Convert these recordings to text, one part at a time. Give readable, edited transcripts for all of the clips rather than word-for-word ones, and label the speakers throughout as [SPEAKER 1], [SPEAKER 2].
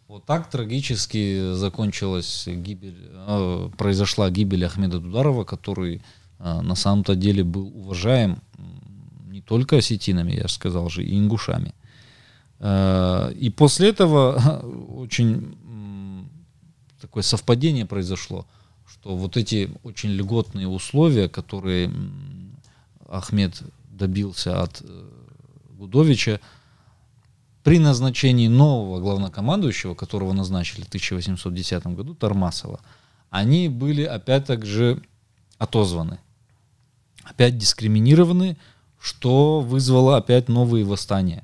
[SPEAKER 1] Вот так трагически произошла гибель Ахмеда Дударова, который на самом-то деле был уважаем не только осетинами, я же сказал же, и ингушами. И после этого очень такое совпадение произошло, что вот эти очень льготные условия, которые Ахмед добился от Гудовича, при назначении нового главнокомандующего, которого назначили в 1810 году, Тармасова, они были опять также отозваны, опять дискриминированы, что вызвало опять новые восстания.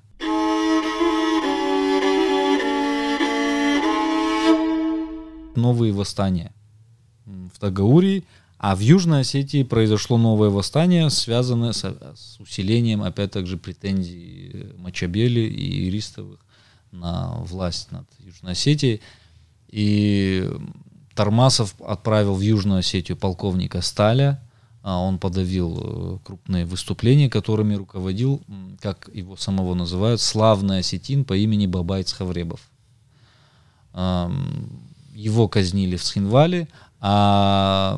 [SPEAKER 1] Новые восстания в Тагаурии, а в Южной Осетии произошло новое восстание, связанное с усилением, опять также, претензий Мачабели и Иристовых на власть над Южной Осетией. И Тармасов отправил в Южную Осетию полковника Сталя, он подавил крупные выступления, которыми руководил, как его самого называют, славный осетин по имени Бабай Цхавребов. Его казнили в Цхинвале, а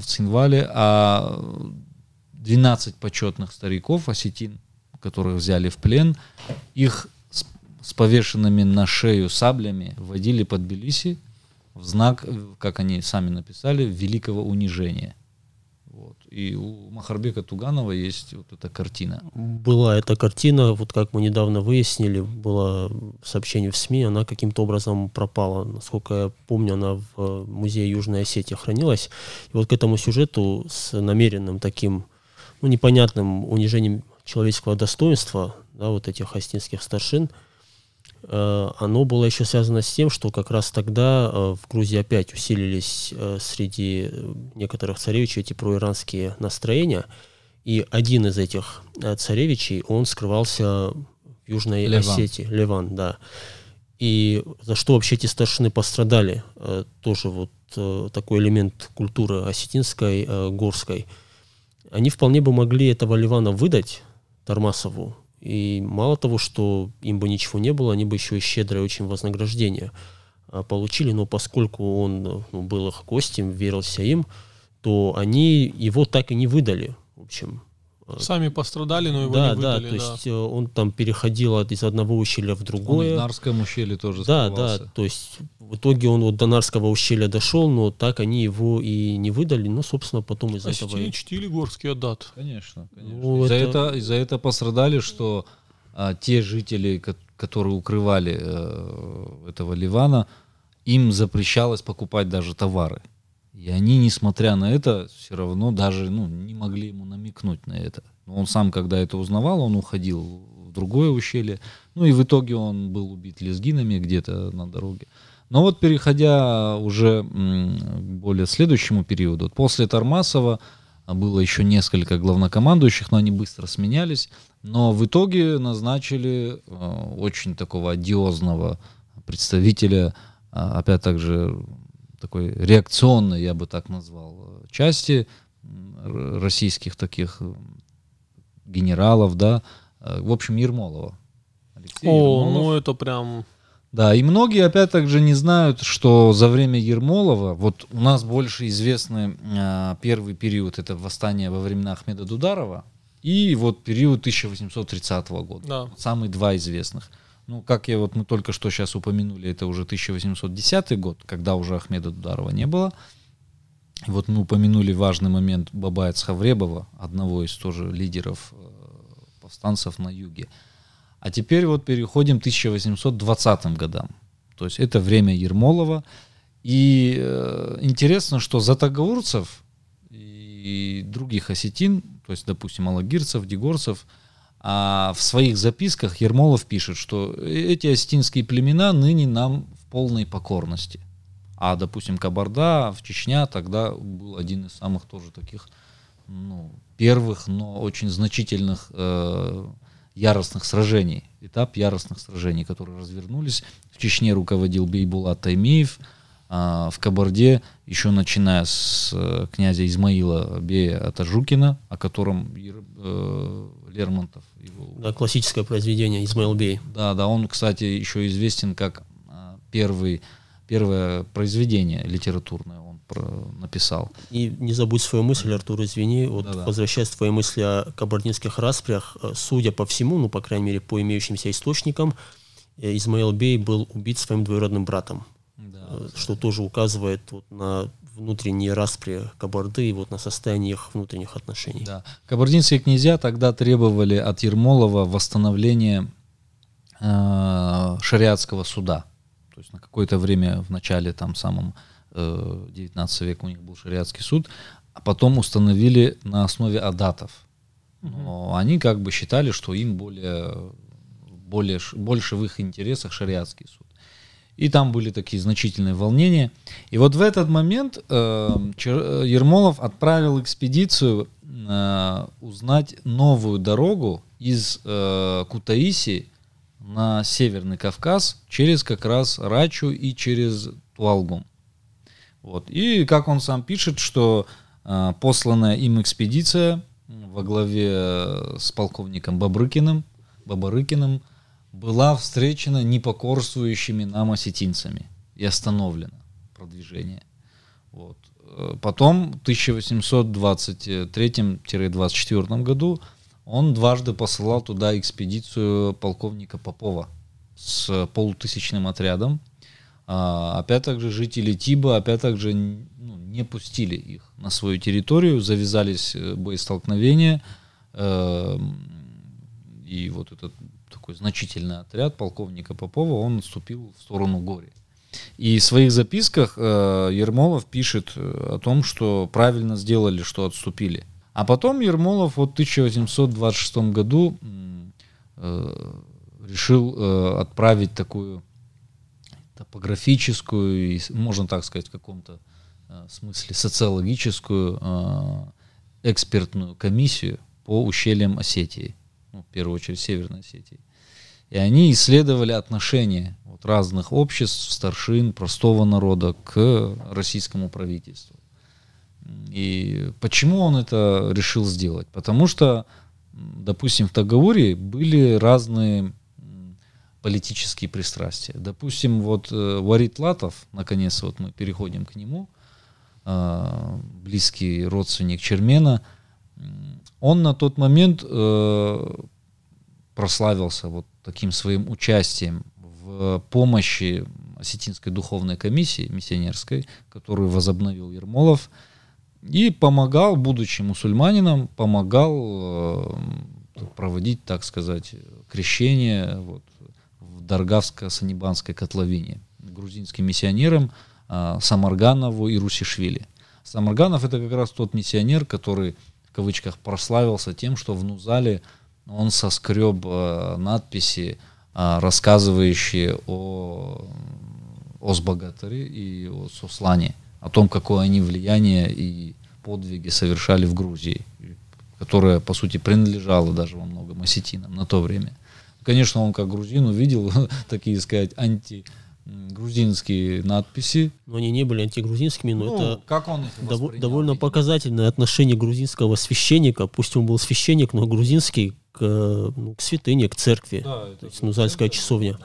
[SPEAKER 1] 12 почетных стариков, осетин, которых взяли в плен, их с повешенными на шею саблями водили под Тбилиси в знак, как они сами написали, великого унижения. Вот. И у Махарбека Туганова есть вот эта картина.
[SPEAKER 2] Была эта картина, вот как мы недавно выяснили, было сообщение в СМИ, она каким-то образом пропала. Насколько я помню, она в музее Южной Осетии хранилась. И вот к этому сюжету с намеренным таким, непонятным унижением человеческого достоинства, да, вот этих осетинских старшин, оно было еще связано с тем, что как раз тогда в Грузии опять усилились среди некоторых царевичей эти проиранские настроения, и один из этих царевичей, он скрывался в Южной Осетии, Ливан, да. И за что вообще эти старшины пострадали? Тоже вот такой элемент культуры осетинской, горской. Они вполне бы могли этого Ливана выдать Тармасову. И мало того, что им бы ничего не было, они бы еще и щедрое очень вознаграждение получили. Но поскольку он был их гостем, верился им, то они его так и не выдали. В общем,
[SPEAKER 3] сами пострадали, но его не выдали.
[SPEAKER 2] Да, то есть он там переходил из одного ущелья в другое.
[SPEAKER 1] Он в Нарском ущелье тоже
[SPEAKER 2] скрывался.
[SPEAKER 1] Да,
[SPEAKER 2] то есть в итоге он вот до Нарского ущелья дошел, но так они его и не выдали. Ну, собственно, потом из этого...
[SPEAKER 3] Осетины чтили горский адат.
[SPEAKER 1] Конечно. За это пострадали, что те жители, которые укрывали этого Ливана, им запрещалось покупать даже товары. И они, несмотря на это, все равно даже не могли ему намекнуть на это. Но он сам, когда это узнавал, он уходил в другое ущелье. И в итоге он был убит лезгинами где-то на дороге. Но вот переходя уже к более следующему периоду, после Тармасова было еще несколько главнокомандующих, но они быстро сменялись. Но в итоге назначили очень такого одиозного представителя, опять также такой реакционной, я бы так назвал, части российских таких генералов, да, в общем, Ермолова. Алексей Ермолов.
[SPEAKER 3] Это прям...
[SPEAKER 1] Да, и многие опять также не знают, что за время Ермолова, вот у нас больше известны первый период, это восстание во времена Ахмеда Дударова, и вот период 1830 года,
[SPEAKER 3] да.
[SPEAKER 1] Самые два известных. Как мы только что сейчас упомянули, это уже 1810 год, когда уже Ахмеда Дударова не было. И вот мы упомянули важный момент Бабая Цхавребова, одного из тоже лидеров повстанцев на юге. А теперь вот переходим к 1820 годам. То есть это время Ермолова. И интересно, что за тагаурцев и других осетин, то есть, допустим, алагирцев, дигорцев, в своих записках Ермолов пишет, что эти осетинские племена ныне нам в полной покорности. А, допустим, Кабарда в Чечня тогда был один из самых тоже таких первых, но очень значительных яростных сражений. Этап яростных сражений, которые развернулись. В Чечне руководил Бейбулат Таймиев, в Кабарде, еще начиная с князя Измаила Бея Атажукина, о котором Лермонтов.
[SPEAKER 2] Да, классическое произведение Измаил Бей.
[SPEAKER 1] Да, он, кстати, еще известен как первый первое произведение литературное он написал.
[SPEAKER 2] И не забудь свою мысль, Артур, извини, вот возвращаясь к твоей мысли о кабардинских распрях, судя по всему, ну, по крайней мере, по имеющимся источникам, Измаил Бей был убит своим двоюродным братом, что тоже указывает вот на внутренние распри Кабарды и вот на состояние их внутренних отношений.
[SPEAKER 1] Да. Кабардинские князья тогда требовали от Ермолова восстановления шариатского суда. То есть на какое-то время в начале, там, самом 19 века у них был шариатский суд, а потом установили на основе адатов. Но они как бы считали, что им больше в их интересах шариатский суд. И там были такие значительные волнения. И вот в этот момент Ермолов отправил экспедицию узнать новую дорогу из Кутаиси на Северный Кавказ через как раз Рачу и через Туалгум. Вот. И как он сам пишет, что посланная им экспедиция во главе с полковником Бабарыкиным была встречена непокорствующими нам осетинцами и остановлено продвижение. Вот. Потом в 1823-24 году он дважды посылал туда экспедицию полковника Попова с 500-тысячным отрядом. Опять также жители Тиба не пустили их на свою территорию, завязались боестолкновения, и вот этот такой значительный отряд полковника Попова, он отступил в сторону Гори. И в своих записках Ермолов пишет о том, что правильно сделали, что отступили. А потом Ермолов вот в 1826 году решил отправить такую топографическую, можно так сказать, в каком-то смысле социологическую экспертную комиссию по ущельям Осетии, в первую очередь Северной Осетии. И они исследовали отношения вот разных обществ, старшин, простого народа к российскому правительству. И почему он это решил сделать? Потому что, допустим, в Тагауре были разные политические пристрастия. Допустим, вот Варит Латов, наконец вот мы переходим к нему, близкий родственник Чермена, он на тот момент прославился вот таким своим участием в помощи Осетинской духовной комиссии миссионерской, которую возобновил Ермолов, и помогал, будучи мусульманином, помогал проводить, так сказать, крещение вот, в Даргавско-Санибанской котловине грузинским миссионерам Самарганову и Русишвили. Самарганов — это как раз тот миссионер, который, в кавычках, прославился тем, что в Нузале он соскреб надписи, рассказывающие о Озбагатаре и о Сослане, о том, какое они влияние и подвиги совершали в Грузии, которая, по сути, принадлежала даже во многом осетинам на то время. Конечно, он как грузин увидел такие, сказать, антигрузинские надписи.
[SPEAKER 2] Но они не были антигрузинскими, но это
[SPEAKER 1] как он их
[SPEAKER 2] довольно показательное отношение грузинского священника, пусть он был священник, но грузинский, к святыне, к церкви, то есть Нузальская часовня.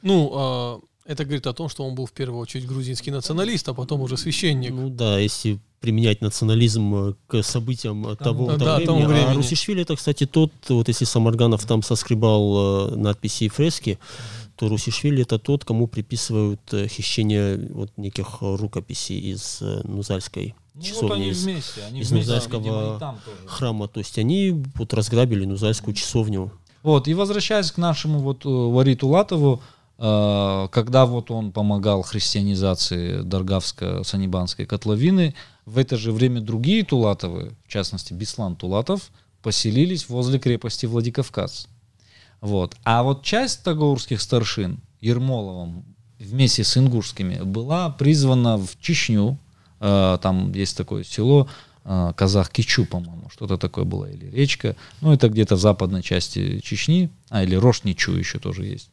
[SPEAKER 3] Это говорит о том, что он был в первую очередь грузинский националист, а потом уже священник.
[SPEAKER 2] Ну да, если применять национализм к событиям того времени. А Русишвили — это, кстати, тот, вот если Самарганов там соскребал надписи и фрески, то Русишвили — это тот, кому приписывают хищение вот неких рукописей из Нузальской часовни, из Нузальского храма. То есть они вот разграбили Нузальскую часовню.
[SPEAKER 1] Вот, и возвращаясь к нашему вот Вариту Латову, когда вот он помогал христианизации Даргавско-Санибанской котловины, в это же время другие Тулатовы, в частности Беслан Тулатов, поселились возле крепости Владикавказ. Вот. А вот часть тагаурских старшин Ермоловым вместе с ингушскими была призвана в Чечню. Там есть такое село Казах-Кичу, по-моему, что-то такое было, или речка. Это где-то в западной части Чечни, или Рошничу еще тоже есть.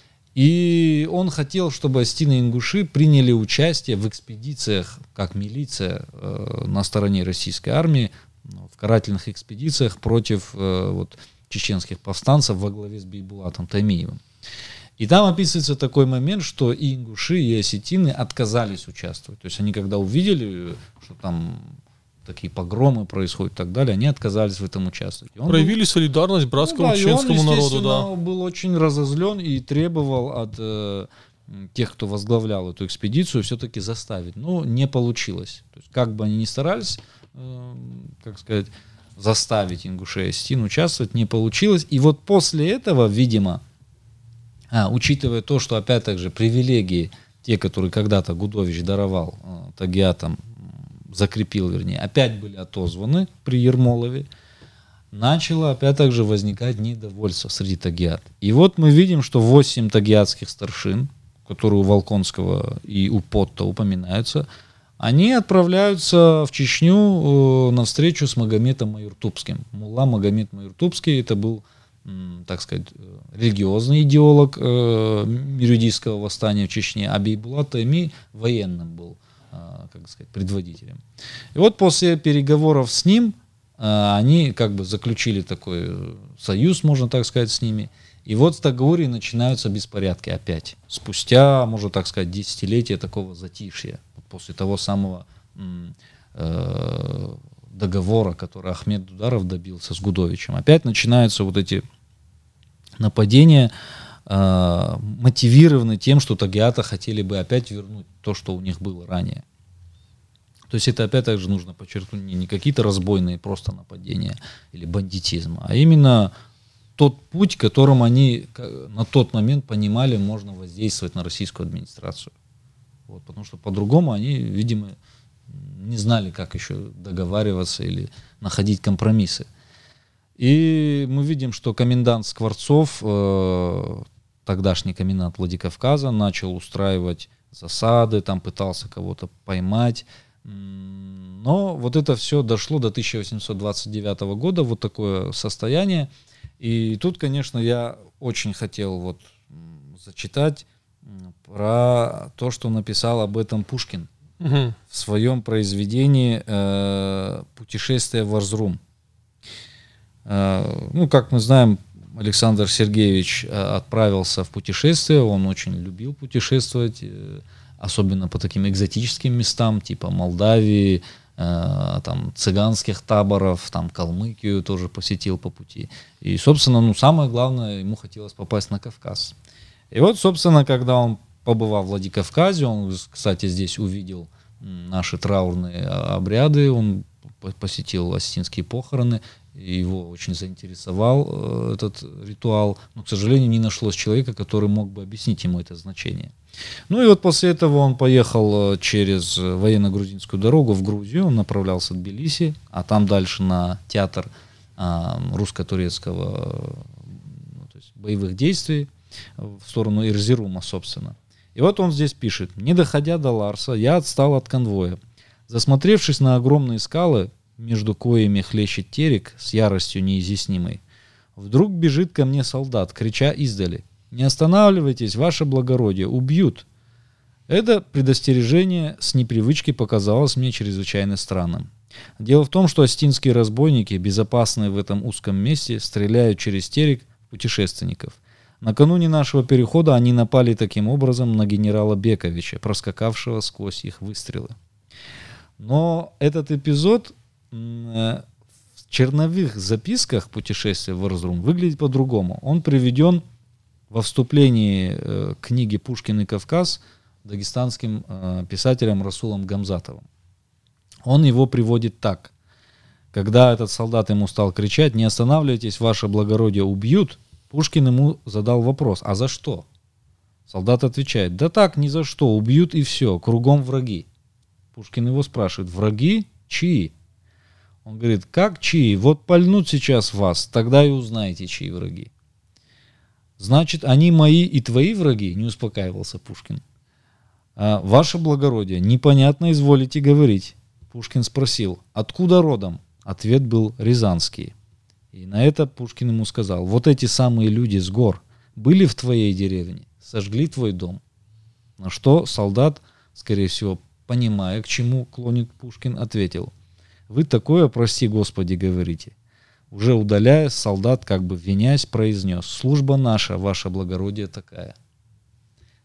[SPEAKER 1] И он хотел, чтобы осетины-ингуши приняли участие в экспедициях, как милиция, на стороне российской армии, в карательных экспедициях против чеченских повстанцев во главе с Бейбулатом Таймиевым. И там описывается такой момент, что и ингуши, и осетины отказались участвовать. То есть они когда увидели, что там такие погромы происходят и так далее, они отказались в этом участвовать.
[SPEAKER 3] Проявили солидарность братскому чеченскому народу, да.
[SPEAKER 1] Он был очень разозлен и требовал от тех, кто возглавлял эту экспедицию, все-таки заставить. Но не получилось. То есть как бы они ни старались, как сказать, заставить ингушей и осетин участвовать, не получилось. И вот после этого, видимо, учитывая то, что опять же привилегии, те, которые когда-то Гудович даровал тагиатам, закрепил, вернее, опять были отозваны при Ермолове, начало опять также возникать недовольство среди тагиат. И вот мы видим, что 8 тагиатских старшин, которые у Волконского и у Потта упоминаются, они отправляются в Чечню на встречу с Магометом Майыртупским. Мулла Магомед Майыртупский, это был, так сказать, религиозный идеолог мирюдийского восстания в Чечне, а Бейбулат Тайми военным был, как сказать, предводителем. И вот после переговоров с ним они как бы заключили такой союз, можно так сказать, с ними. И вот в Тагуре начинаются беспорядки опять. Спустя, можно так сказать, десятилетия такого затишья. После того самого договора, который Ахмед Дударов добился с Гудовичем. Опять начинаются вот эти нападения, мотивированы тем, что тагиаты хотели бы опять вернуть то, что у них было ранее. То есть это опять также нужно подчеркнуть, не какие-то разбойные просто нападения или бандитизм, а именно тот путь, которым они на тот момент понимали, можно воздействовать на российскую администрацию. Вот, потому что по-другому они, видимо, не знали, как еще договариваться или находить компромиссы. И мы видим, что комендант Скворцов, тогдашний комендант Владикавказа, начал устраивать засады, там пытался кого-то поймать. Но вот это все дошло до 1829 года, вот такое состояние. И тут, конечно, я очень хотел вот зачитать про то, что написал об этом Пушкин в своем произведении «Путешествие в Эрзрум». Ну, как мы знаем, Александр Сергеевич отправился в путешествие, он очень любил путешествовать, особенно по таким экзотическим местам, типа Молдавии, там, цыганских таборов, там, Калмыкию тоже посетил по пути. И, собственно, ну, самое главное, ему хотелось попасть на Кавказ. И вот, собственно, когда он побывал в Владикавказе, он, кстати, здесь увидел наши траурные обряды, он посетил осетинские похороны, и его очень заинтересовал этот ритуал, но, к сожалению, не нашлось человека, который мог бы объяснить ему это значение. Ну и вот после этого он поехал через военно-грузинскую дорогу в Грузию, он направлялся в Тбилиси, а там дальше на театр русско-турецкого, то есть боевых действий в сторону Эрзерума, собственно. И вот он здесь пишет: «Не доходя до Ларса, я отстал от конвоя. Засмотревшись на огромные скалы, между коями хлещет терек с яростью неизъяснимой, вдруг бежит ко мне солдат, крича издали: «Не останавливайтесь, ваше благородие, убьют!» Это предостережение с непривычки показалось мне чрезвычайно странным. Дело в том, что осетинские разбойники, безопасные в этом узком месте, стреляют через терек в путешественников. Накануне нашего перехода они напали таким образом на генерала Бековича, проскакавшего сквозь их выстрелы. Но этот эпизод в черновых записках путешествия в Эрзрум выглядит по-другому. Он приведен во вступлении книги «Пушкин и Кавказ» дагестанским писателем Расулом Гамзатовым. Он его приводит так. Когда этот солдат ему стал кричать: «Не останавливайтесь, ваше благородие, убьют», Пушкин ему задал вопрос: «А за что?» Солдат отвечает: «Да так, ни за что, убьют и все, кругом враги». Пушкин его спрашивает: «Враги? Чьи?» Он говорит: «Как чьи? Вот пальнут сейчас вас, тогда и узнаете, чьи враги». «Значит, они мои и твои враги?» — не успокаивался Пушкин. «Ваше благородие, непонятно изволите говорить». Пушкин спросил: «Откуда родом?» Ответ был: «Рязанский». И на это Пушкин ему сказал: «Вот эти самые люди с гор были в твоей деревне, сожгли твой дом». На что солдат, скорее всего, понимая, к чему клонит Пушкин, ответил: «Вы такое, прости Господи, говорите». Уже удаляясь, солдат, как бы винясь, произнес: «Служба наша, ваше благородие, такая».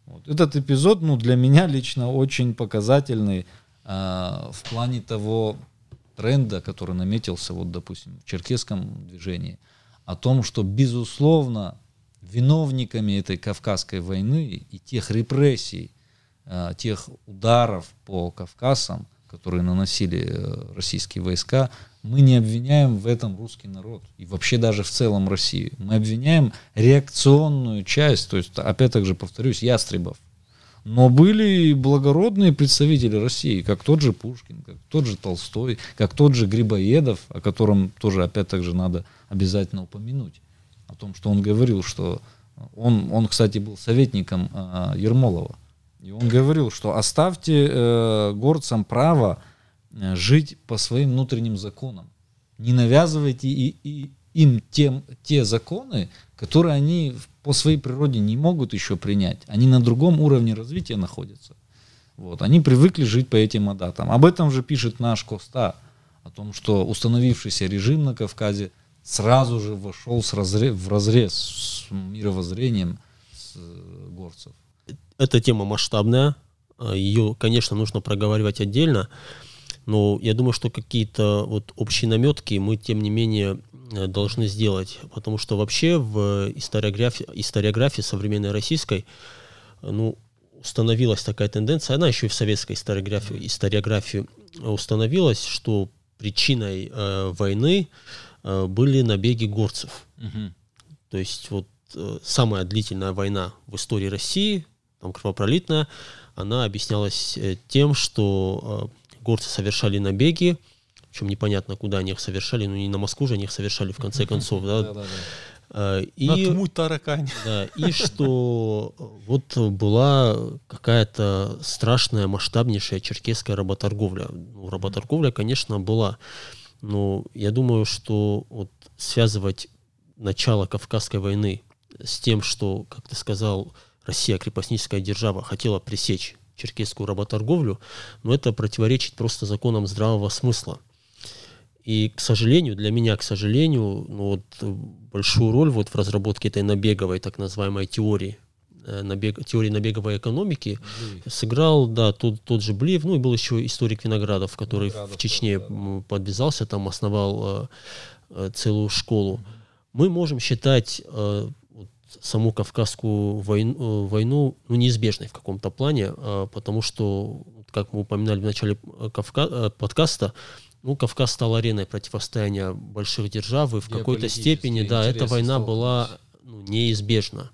[SPEAKER 1] Вот. Этот эпизод, для меня лично очень показательный в плане того тренда, который наметился, допустим, в черкесском движении, о том, что, безусловно, виновниками этой Кавказской войны и тех репрессий, тех ударов по Кавказам, которые наносили российские войска, мы не обвиняем в этом русский народ и вообще даже в целом Россию. Мы обвиняем реакционную часть, то есть, опять же повторюсь, ястребов. Но были благородные представители России, как тот же Пушкин, как тот же Толстой, как тот же Грибоедов, о котором тоже опять же надо обязательно упомянуть. О том, что он говорил, что он, кстати, был советником Ермолова. И он говорил, что оставьте горцам право жить по своим внутренним законам. Не навязывайте им те законы, которые они по своей природе не могут еще принять. Они на другом уровне развития находятся. Вот. Они привыкли жить по этим адатам. Об этом же пишет наш Коста, о том, что установившийся режим на Кавказе сразу же вошел в разрез с мировоззрением горцев.
[SPEAKER 2] Эта тема масштабная, ее, конечно, нужно проговаривать отдельно, но я думаю, что какие-то общие наметки мы, тем не менее, должны сделать, потому что вообще в историографии современной российской, установилась такая тенденция, она еще и в советской историографии установилась, что причиной войны были набеги горцев. Угу. То есть самая длительная война в истории России, кровопролитная, она объяснялась тем, что горцы совершали набеги, причем непонятно, куда они их совершали, не на Москву же они их совершали в конце концов.
[SPEAKER 3] Натмуть таракань.
[SPEAKER 2] И что была какая-то страшная, масштабнейшая черкесская работорговля. Работорговля, конечно, была. Но я думаю, что связывать начало Кавказской войны с тем, что, как ты сказал, Россия, крепостническая держава, хотела пресечь черкесскую работорговлю, но это противоречит просто законам здравого смысла. И, к сожалению, для меня, большую роль в разработке этой набеговой, так называемой теории набеговой экономики сыграл, тот же Блиев, и был еще историк Виноградов, который в Чечне подвязался, там основал целую школу. Мы можем считать саму Кавказскую войну неизбежной в каком-то плане, потому что, как мы упоминали в начале подкаста, Кавказ стал ареной противостояния больших держав, и в какой-то степени, эта война была неизбежна.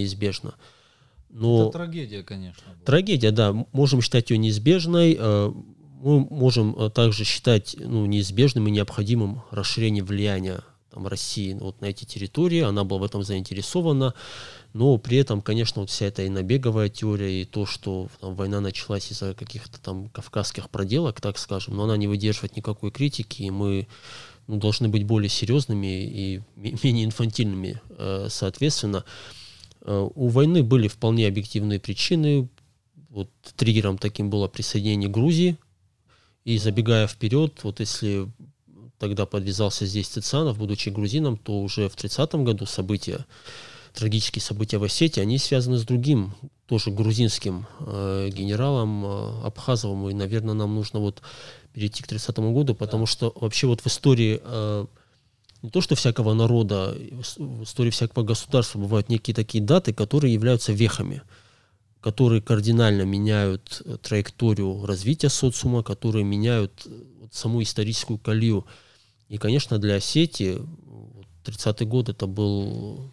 [SPEAKER 2] Но
[SPEAKER 1] это трагедия, конечно.
[SPEAKER 2] Трагедия, да. Можем считать ее неизбежной. Мы можем также считать неизбежным и необходимым расширение влияния России на эти территории. Она была в этом заинтересована. Но при этом, конечно, вся эта и набеговая теория, и то, что война началась из-за каких-то кавказских проделок, так скажем, но она не выдерживает никакой критики, и мы должны быть более серьезными и менее инфантильными, соответственно. У войны были вполне объективные причины. Триггером таким было присоединение Грузии. И забегая вперед, если тогда подвязался здесь Цицанов, будучи грузином, то уже в 30-м году трагические события в Осетии, они связаны с другим, тоже грузинским генералом Абхазовым. И, наверное, нам нужно перейти к 30-му году, потому что вообще в истории не то что всякого народа, в истории всякого государства бывают некие такие даты, которые являются вехами, которые кардинально меняют траекторию развития социума, которые меняют саму историческую колею. И, конечно, для Осетии 30-й год это был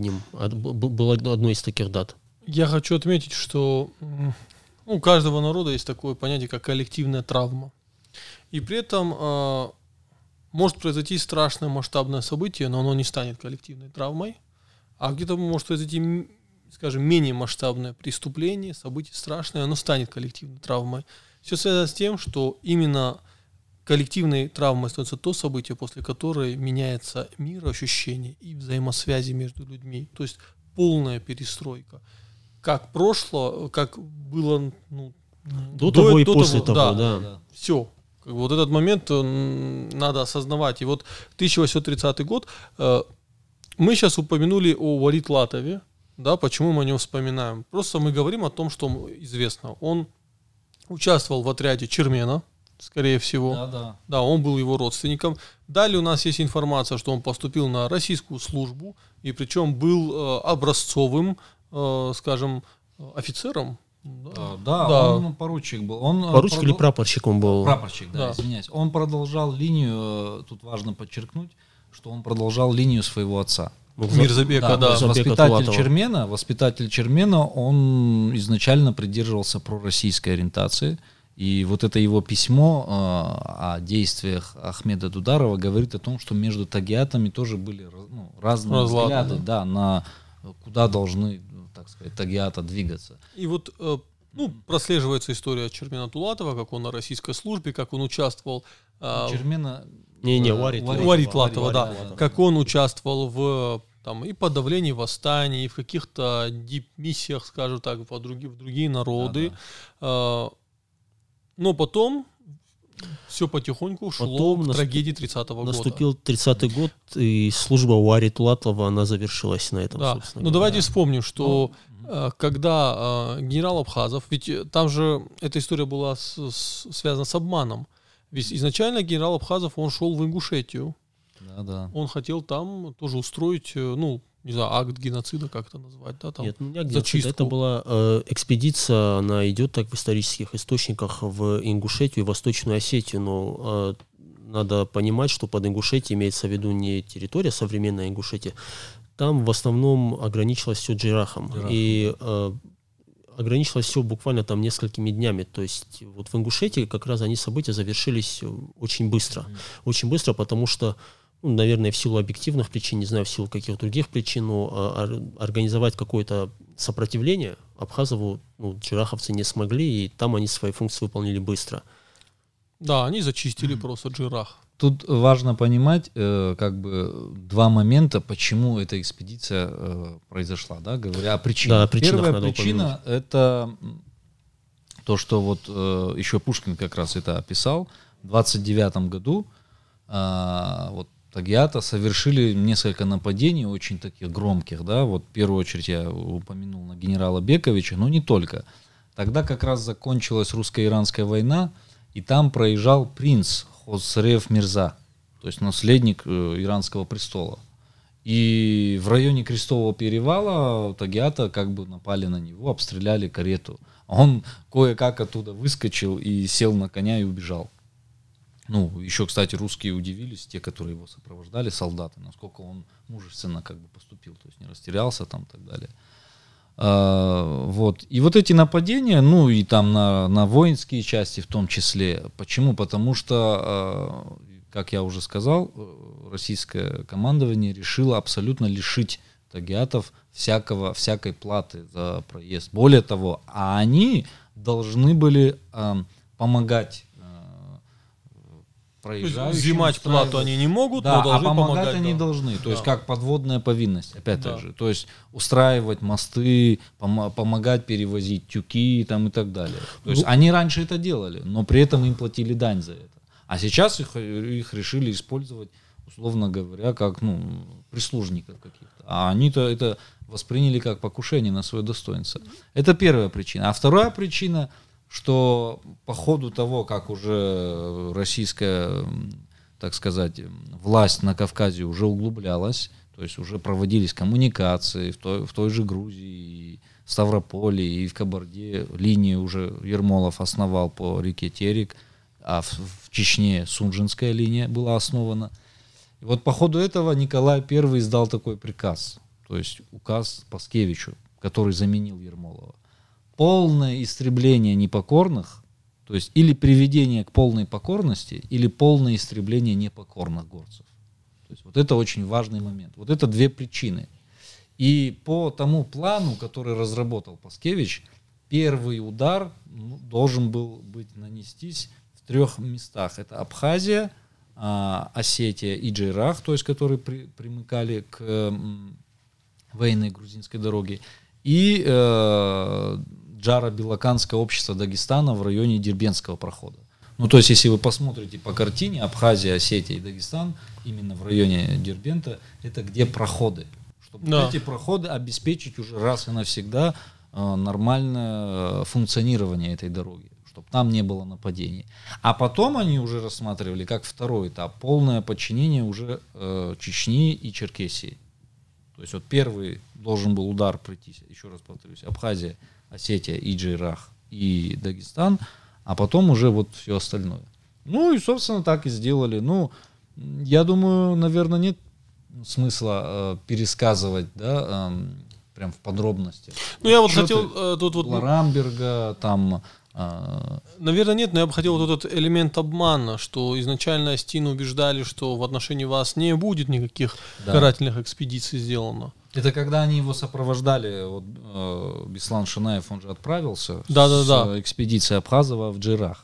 [SPEAKER 2] одной из таких дат.
[SPEAKER 3] Я хочу отметить, что у каждого народа есть такое понятие, как коллективная травма. И при этом может произойти страшное масштабное событие, но оно не станет коллективной травмой, а где-то может произойти, скажем, менее масштабное преступление, событие страшное, оно станет коллективной травмой. Все связано с тем, что именно коллективной травмой становится то событие, после которого меняется мироощущение и взаимосвязи между людьми. То есть полная перестройка. Как прошло, как было
[SPEAKER 2] до того и после того. Да.
[SPEAKER 3] Все. Этот момент надо осознавать. И 1830 год, мы сейчас упомянули о Валид Латове, да, почему мы о нем вспоминаем? Просто мы говорим о том, что известно. Он участвовал в отряде Чермена, скорее всего. Да, он был его родственником. Далее у нас есть информация, что он поступил на российскую службу, и причем был образцовым, скажем, офицером.
[SPEAKER 1] Да, он поручик был.
[SPEAKER 2] Поручик или прапорщик он был?
[SPEAKER 1] Прапорщик, да, извиняюсь. Он продолжал линию, тут важно подчеркнуть, что он продолжал линию своего отца.
[SPEAKER 3] Мирзабека, да.
[SPEAKER 1] Воспитатель Чермена, он изначально придерживался пророссийской ориентации. И вот это его письмо о действиях Ахмеда Дударова говорит о том, что между тагиатами тоже были разные взгляды, да, на куда должны, так сказать, тагиата двигаться.
[SPEAKER 3] И вот прослеживается история Чермена Тулатова, как он на российской службе, как он участвовал...
[SPEAKER 1] Чермена...
[SPEAKER 3] Уари Тлатова, да. Как он участвовал в и подавлении восстаний, и в каких-то дип-миссиях, скажем так, в другие народы. Но потом все потихоньку шло к трагедии 30-го года.
[SPEAKER 2] Наступил 30-й год, и служба Уари Тулатова, она завершилась на этом, собственно.
[SPEAKER 3] Но давайте вспомним, что когда генерал Абхазов, ведь там же эта история была связана с обманом. Ведь изначально генерал Абхазов, он шел в Ингушетию.
[SPEAKER 1] Да.
[SPEAKER 3] Он хотел там тоже устроить, не знаю, акт геноцида, как это назвать, да, там.
[SPEAKER 2] Нет, не геноцид, это была экспедиция, она идет так в исторических источниках в Ингушетию и Восточную Осетию, но надо понимать, что под Ингушетией имеется в виду не территория, современная Ингушетия, там в основном ограничилось все Джейрахом. И ограничилось все буквально там несколькими днями. То есть вот в Ингушетии как раз они события завершились очень быстро. Очень быстро, потому что, наверное, в силу объективных причин, не знаю, в силу каких других причин, но организовать какое-то сопротивление Абхазову джираховцы не смогли, и там они свои функции выполнили быстро.
[SPEAKER 3] Да, они зачистили просто Джирах.
[SPEAKER 1] Тут важно понимать два момента, почему эта экспедиция произошла, да, говоря о причинах.
[SPEAKER 2] Да,
[SPEAKER 1] Первая причина — это то, что вот еще Пушкин как раз это описал. В 29 году вот тагиата совершили несколько нападений, очень таких громких, да, вот в первую очередь я упомянул на генерала Бековича, но не только. Тогда как раз закончилась русско-иранская война, и там проезжал принц Хосрев Мирза, то есть наследник иранского престола. И в районе Крестового перевала тагиата напали на него, обстреляли карету. Он кое-как оттуда выскочил и сел на коня и убежал. Еще, кстати, русские удивились, те, которые его сопровождали, солдаты, насколько он мужественно поступил, то есть не растерялся там и так далее. Вот. И вот эти нападения, и там на воинские части в том числе. Почему? Потому что, как я уже сказал, российское командование решило абсолютно лишить тагиатов всякой платы за проезд. Более того, они должны были помогать проезжающим.
[SPEAKER 3] Взимать плату они не могут, но должны помогать.
[SPEAKER 1] Они должны, то есть как подводная повинность, опять же. То есть устраивать мосты, помогать перевозить тюки там и так далее. То есть они раньше это делали, но при этом им платили дань за это. А сейчас их решили использовать, условно говоря, как прислужников каких-то. А они-то это восприняли как покушение на свое достоинство. Это первая причина. А вторая причина, что по ходу того, как уже российская, так сказать, власть на Кавказе уже углублялась, то есть уже проводились коммуникации в той же Грузии, и Ставрополе и в Кабарде, линии уже Ермолов основал по реке Терек, а в Чечне Сунжинская линия была основана. И вот по ходу этого Николай I издал такой приказ, то есть указ Паскевичу, который заменил Ермолова. Полное истребление непокорных, то есть или приведение к полной покорности, или полное истребление непокорных горцев. То есть вот это очень важный момент. Вот это две причины. И по тому плану, который разработал Паскевич, первый удар должен был нанестись в 3 местах. Это Абхазия, Осетия и Джейрах, то есть которые примыкали к военной грузинской дороге, и Джаро-Белоканское общество Дагестана в районе Дербентского прохода. То есть, если вы посмотрите по картине, Абхазия, Осетия и Дагестан, именно в районе Дербента, это где проходы, чтобы эти проходы обеспечить уже раз и навсегда нормальное функционирование этой дороги, чтобы там не было нападений. А потом они уже рассматривали как второй этап полное подчинение уже Чечни и Черкесии. То есть вот первый должен был удар прийти, еще раз повторюсь, Абхазия, Осетия, Иджи-Рах и Дагестан, а потом уже вот все остальное. Ну и, собственно, так и сделали. Ну, я думаю, наверное, нет смысла пересказывать, да, прям в подробности.
[SPEAKER 3] Ну, я вот хотел тут вот...
[SPEAKER 1] Ламберга, там...
[SPEAKER 3] Наверное, нет, но я бы хотел вот этот элемент обмана, что изначально Остина убеждали, что в отношении вас не будет никаких карательных экспедиций сделано.
[SPEAKER 1] Это когда они его сопровождали, вот, Беслан Шанаев, он же отправился с экспедицией Абхазова в Джирах.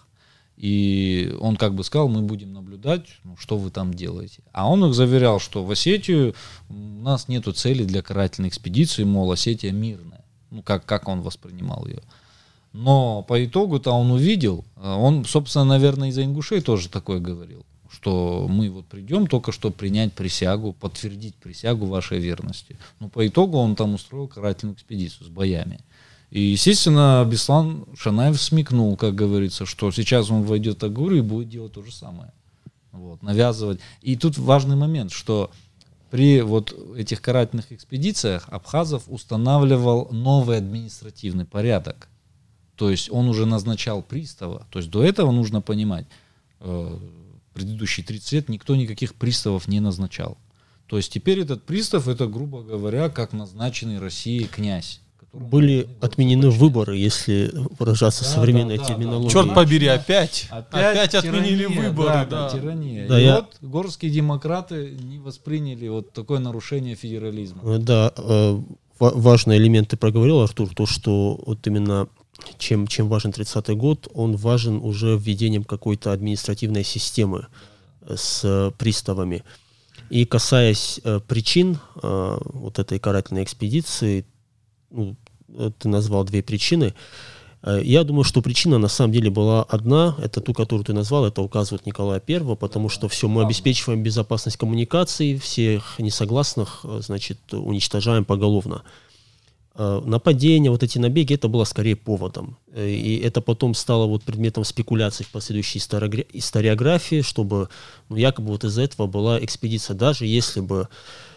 [SPEAKER 1] И он как бы сказал, мы будем наблюдать, ну, что вы там делаете. А он их заверял, что в Осетию у нас нету цели для карательной экспедиции, мол, Осетия мирная. Ну, как он воспринимал ее. Но по итогу-то он увидел, он, собственно, наверное, из-за ингушей тоже такое говорил, что мы вот придем только что принять присягу, подтвердить присягу вашей верности. Но по итогу он там устроил карательную экспедицию с боями. И, естественно, Беслан Шанаев смекнул, как говорится, что сейчас он войдет в Агуру и будет делать то же самое. Вот, навязывать. И тут важный момент, что при вот этих карательных экспедициях Абхазов устанавливал новый административный порядок. То есть он уже назначал пристава. То есть до этого нужно понимать, предыдущие 30 лет никто никаких приставов не назначал. То есть теперь этот пристав, это, грубо говоря, как назначенный Россией князь.
[SPEAKER 2] Были отменены выборы, если выражаться современной терминологией.
[SPEAKER 3] Черт побери, опять отменили выборы.
[SPEAKER 1] Тирания. И вот горские демократы не восприняли вот такое нарушение федерализма.
[SPEAKER 2] Да, важный элемент ты проговорил, Артур, то, что вот именно чем важен 30-й год, он важен уже введением какой-то административной системы с приставами. И касаясь причин вот этой карательной экспедиции, ну, ты назвал две причины. Я думаю, что причина на самом деле была одна, это ту, которую ты назвал, это указывает Николая I, потому что все, мы обеспечиваем безопасность коммуникаций, всех несогласных, значит, уничтожаем поголовно. Нападения, вот эти набеги, это было скорее поводом. И это потом стало вот предметом спекуляций в последующей историографии, чтобы, ну, якобы вот из-за этого была экспедиция, даже если бы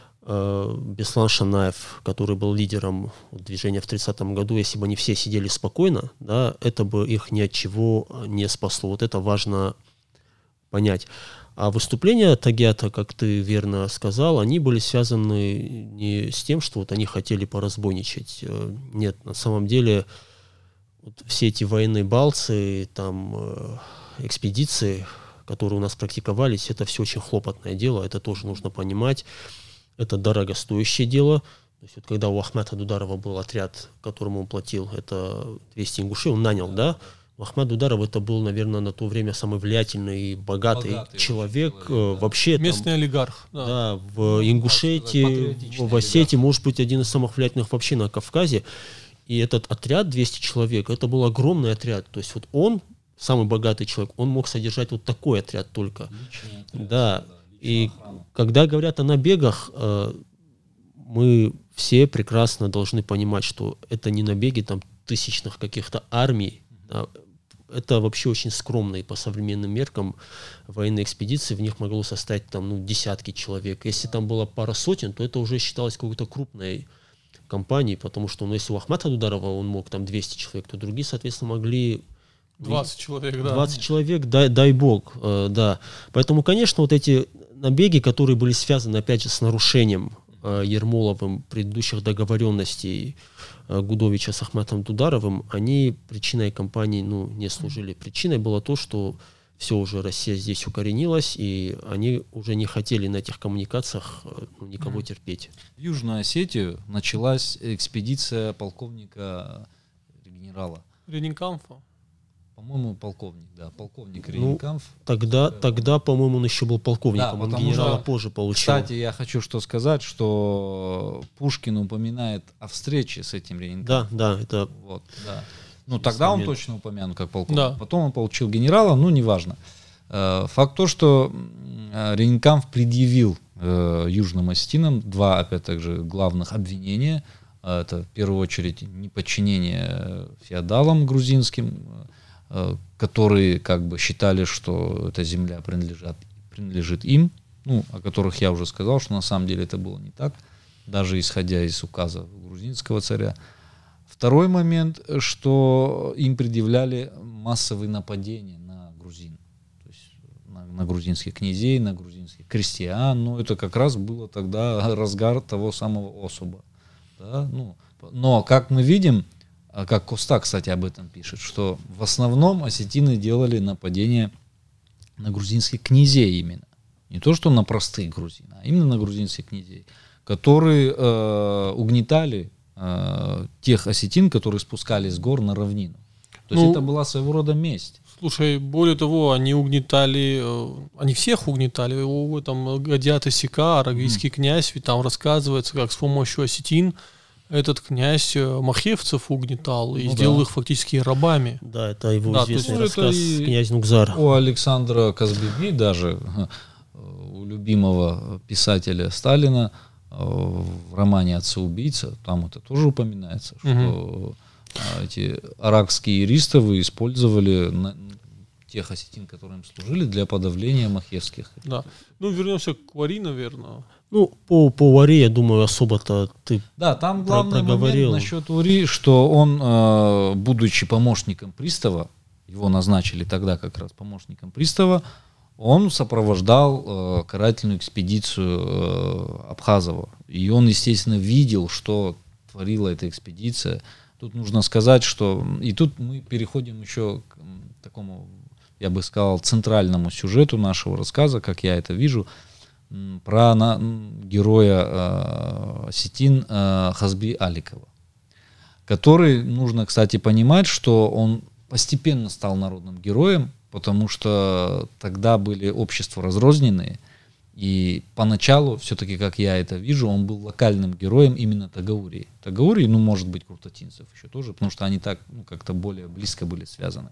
[SPEAKER 2] Беслан Шанаев, который был лидером движения в 30-м году, если бы они все сидели спокойно, да, это бы их ни от чего не спасло. Вот это важно понять. А выступления Тагиата, как ты верно сказал, они были связаны не с тем, что вот они хотели поразбойничать. Нет, на самом деле вот все эти военные балцы, там, экспедиции, которые у нас практиковались, это все очень хлопотное дело, это тоже нужно понимать. Это дорогостоящее дело. То есть, вот, когда у Ахмата Дударова был отряд, которому он платил, это 200 ингушей, он нанял, да? У Ахмата Дударова это был, наверное, на то время самый влиятельный и богатый человек. Вообще,
[SPEAKER 3] местный там, олигарх.
[SPEAKER 2] Да, в Ингушетии, в Осетии, может быть, один из самых влиятельных вообще на Кавказе. И этот отряд, 200 человек, это был огромный отряд. То есть вот он, самый богатый человек, он мог содержать вот такой отряд только. Личный отряд, да. И когда говорят о набегах, мы все прекрасно должны понимать, что это не набеги там тысячных каких-то армий. Это вообще очень скромные по современным меркам военные экспедиции. В них могло состоять там, ну, десятки человек. Если там было пара сотен, то это уже считалось какой-то крупной компанией, потому что, ну, если у Ахмата Дударова он мог там 200 человек, то другие, соответственно, могли...
[SPEAKER 3] 20 человек, да.
[SPEAKER 2] 20 человек, дай бог, да. Поэтому, конечно, вот эти набеги, которые были связаны, опять же, с нарушением Ермоловым предыдущих договоренностей Гудовича с Ахматом Дударовым, они причиной кампании, ну, не служили. Причиной было то, что все уже Россия здесь укоренилась, и они уже не хотели на этих коммуникациях никого терпеть.
[SPEAKER 1] В Южную Осетию началась экспедиция полковника генерала
[SPEAKER 3] Ренинкамфа.
[SPEAKER 1] По-моему, полковник Ренинкамф.
[SPEAKER 2] Тогда, по-моему, он еще был полковником, он генерала позже получил.
[SPEAKER 1] Кстати, я хочу сказать, что Пушкин упоминает о встрече с этим Ренинкамфом.
[SPEAKER 2] Да, это...
[SPEAKER 1] Вот, да. Ну, тогда он точно упомянут как полковник.
[SPEAKER 3] Да.
[SPEAKER 1] Потом он получил генерала, ну, неважно. Факт то, что Ренинкамф предъявил южным осетинам 2, опять же, главных обвинения. Это, в первую очередь, неподчинение феодалам грузинским, которые как бы считали, что эта земля принадлежит им, ну, о которых я уже сказал, что на самом деле это было не так, даже исходя из указа грузинского царя. Второй момент, что им предъявляли массовые нападения на грузин, то есть на грузинских князей, на грузинских крестьян. Ну, это как раз было тогда разгар того самого особа. Да? Ну, но, как мы видим, как Коста, кстати, об этом пишет, что в основном осетины делали нападения на грузинских князей именно. Не то, что на простых грузин, а именно на грузинских князей, которые угнетали тех осетин, которые спускались с гор на равнину. То есть это была своего рода месть.
[SPEAKER 3] Слушай, более того, они угнетали, они всех угнетали. Там Гадиат Исика, арагвийский князь, ведь там рассказывается, как с помощью осетин этот князь махевцев угнетал и сделал их фактически рабами.
[SPEAKER 2] Да, это его известный рассказ «Князь Нукзар».
[SPEAKER 1] У Александра Казбеги, даже у любимого писателя Сталина, в романе «Отца-убийца», там это тоже упоминается, что эти аракские иристовы использовали тех осетин, которые им служили, для подавления махевских.
[SPEAKER 3] Да. Ну, вернемся к Вари, наверное.
[SPEAKER 2] Ну, по Вари, я думаю, особо-то ты
[SPEAKER 1] Да, там главный момент насчет Вари, что он, будучи помощником пристава, его назначили тогда как раз помощником пристава, он сопровождал карательную экспедицию Абхазова. И он, естественно, видел, что творила эта экспедиция. Тут нужно сказать, что... И тут мы переходим еще к такому, я бы сказал, центральному сюжету нашего рассказа, как я это вижу, про героя осетин Хазби Аликова, который, нужно, кстати, понимать, что он постепенно стал народным героем, потому что тогда были общества разрозненные, и поначалу, все-таки, как я это вижу, он был локальным героем именно Тагаурии. Тагаурии, ну, может быть, куртатинцев еще тоже, потому что они так, ну, как-то более близко были связаны.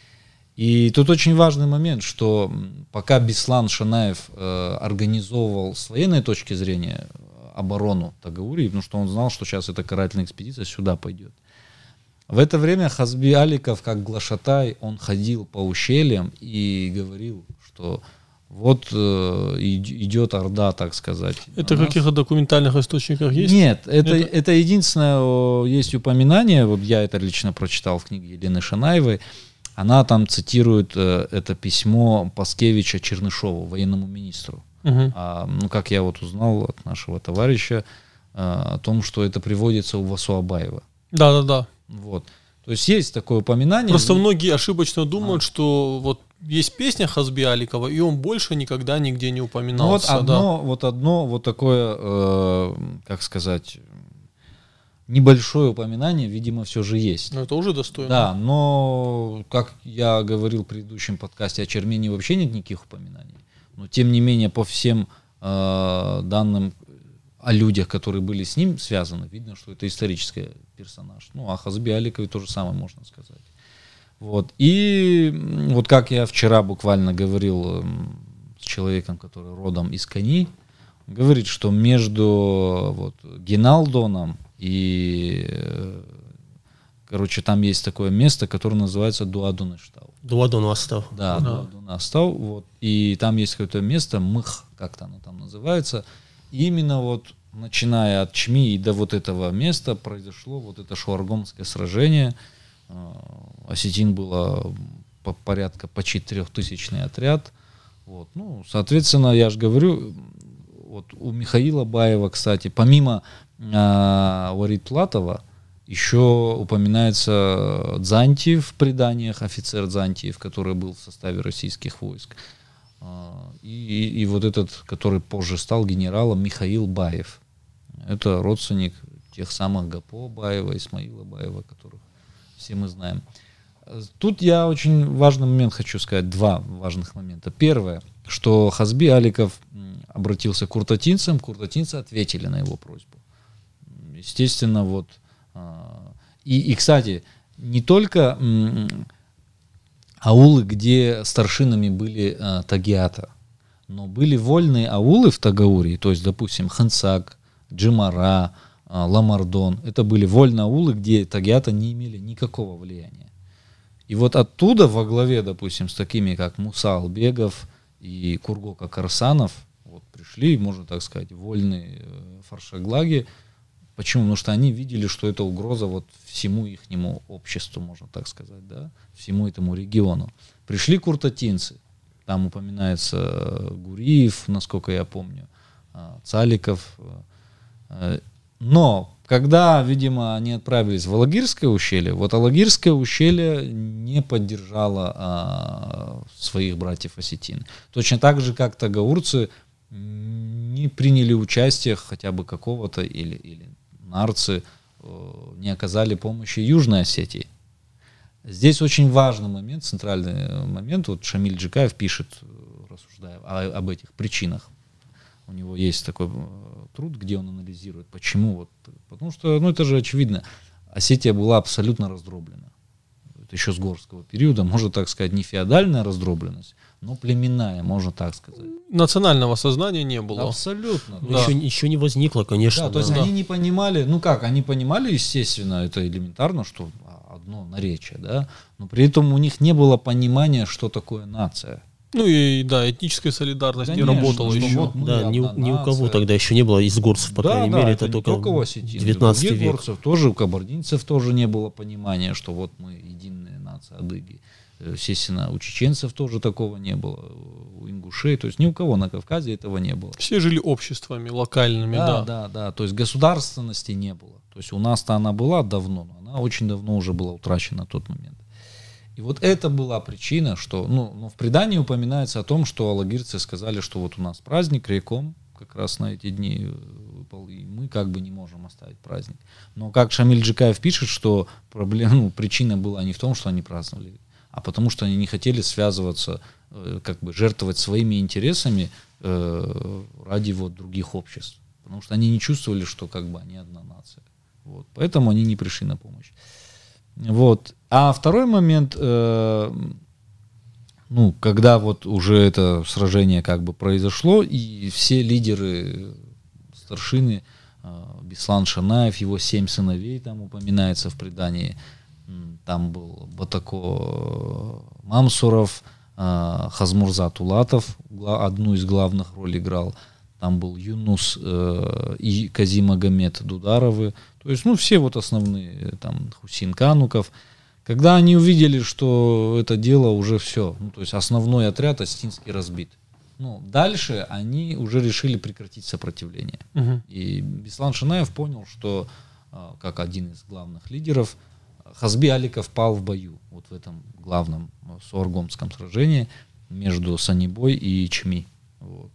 [SPEAKER 1] И тут очень важный момент, что пока Беслан Шанаев организовывал с военной точки зрения оборону Тагаурии, потому что он знал, что сейчас эта карательная экспедиция сюда пойдет, в это время Хазби Аликов, как глашатай, он ходил по ущельям и говорил, что вот идет орда, так сказать.
[SPEAKER 3] Это в каких-то документальных источниках есть?
[SPEAKER 1] Нет, это единственное, есть упоминание, вот я это лично прочитал в книге Елены Шанаевой, она там цитирует это письмо Паскевича Чернышову, военному министру. Ну, как я вот узнал от нашего товарища, о том, что это приводится у Васу Абаева.
[SPEAKER 3] Да.
[SPEAKER 1] Вот. То есть есть такое упоминание.
[SPEAKER 3] Просто многие ошибочно думают, что вот есть песня Хазби Аликова, и он больше никогда нигде не упоминался.
[SPEAKER 1] Вот одно такое, как сказать, небольшое упоминание, видимо, все же есть.
[SPEAKER 3] Но это уже достойно.
[SPEAKER 1] Да, но, как я говорил в предыдущем подкасте, о Чермении вообще нет никаких упоминаний. Но, тем не менее, по всем данным о людях, которые были с ним связаны, видно, что это исторический персонаж. Ну, о Хазби Аликове то же самое можно сказать. Вот. И вот как я вчера буквально говорил с человеком, который родом из Кани, говорит, что между вот Геналдоном и, короче, там есть такое место, которое называется Дуадуныштау.
[SPEAKER 2] Дуадунастау.
[SPEAKER 1] Да, Дуадунастау. Вот. И там есть какое-то место, Мых, как-то оно там называется. И именно вот начиная от Чми и до вот этого места произошло вот это Шуаргомское сражение. Осетин было порядка почти 3000-ный отряд. Вот. Ну, соответственно, я же говорю, вот у Михаила Баева, кстати, помимо Варит Платова, еще упоминается Дзантиев в преданиях, офицер Дзантиев, который был в составе российских войск. И вот этот, который позже стал генералом, Михаил Баев. Это родственник тех самых Гапо Баева, Исмаила Баева, которых все мы знаем. Тут я очень важный момент хочу сказать, два важных момента. Первое, что Хазби Аликов обратился к куртатинцам, куртатинцы ответили на его просьбу. Естественно, вот. И кстати, не только аулы, где старшинами были тагиата, Но были вольные аулы в Тагаурии, то есть, допустим, Хансак, Джимара, Ламардон. Это были вольные аулы, где тагиаты не имели никакого влияния. И вот оттуда во главе, допустим, с такими, как Муса Албегов и Кургока Карсанов, вот пришли, можно так сказать, вольные фаршаглаги. Почему? Потому что они видели, что это угроза вот всему ихнему обществу, можно так сказать, да, всему этому региону. Пришли куртатинцы. Там упоминается Гуриев, насколько я помню, Цаликов. Но когда, видимо, они отправились в Алагирское ущелье, вот Алагирское ущелье не поддержало своих братьев осетин. Точно так же, как тагаурцы не приняли участие хотя бы какого-то или нарцы не оказали помощи Южной Осетии. Здесь очень важный момент, центральный момент. Вот Шамиль Джикаев пишет, рассуждая об этих причинах. У него есть такой труд, где он анализирует, почему. Вот, потому что, это же очевидно, Осетия была абсолютно раздроблена. Это еще с горского периода, можно так сказать, не феодальная раздробленность, но племенная, можно так сказать.
[SPEAKER 3] Национального сознания не было.
[SPEAKER 1] Абсолютно.
[SPEAKER 2] Да. Еще не возникло, конечно.
[SPEAKER 1] Да, то есть они не понимали, они понимали, естественно, это элементарно, что одно наречие, да, но при этом у них не было понимания, что такое нация.
[SPEAKER 3] Этническая солидарность не работала еще.
[SPEAKER 1] Вот
[SPEAKER 2] ни у кого тогда еще не было, из горцев, по крайней мере, это только
[SPEAKER 1] в
[SPEAKER 2] 19 век.
[SPEAKER 1] Горцев тоже, у кабардинцев тоже не было понимания, что вот мы единая нация адыги. Естественно, у чеченцев тоже такого не было, у ингушей, то есть ни у кого на Кавказе этого не было.
[SPEAKER 3] Все жили обществами, локальными,
[SPEAKER 1] Да, то есть государственности не было. То есть у нас-то она была давно, но она очень давно уже была утрачена на тот момент. И вот это была причина, что, в предании упоминается о том, что алагирцы сказали, что вот у нас праздник Рейком, как раз на эти дни выпал, и мы как бы не можем оставить праздник. Но как Шамиль Джикаев пишет, что причина была не в том, что они праздновали, а потому что они не хотели связываться, как бы жертвовать своими интересами ради вот других обществ. Потому что они не чувствовали, что как бы они одна нация. Вот. Поэтому они не пришли на помощь. Вот. А второй момент, когда вот уже это сражение как бы произошло, и все лидеры, старшины, Беслан Шанаев, его 7 сыновей там упоминается в предании, там был Батако Мамсуров, Хазмурза Тулатов, одну из главных ролей играл, там был Юнус и Кази Магомед Дударовы, то есть, все вот основные, там, Хусин Кануков. Когда они увидели, что это дело уже все, то есть основной отряд осетинский разбит, дальше они уже решили прекратить сопротивление. И Беслан Шанаев понял, что, как один из главных лидеров, Хазби Аликов пал в бою, вот в этом главном Суаргомском сражении между Санибой и Чми. Вот.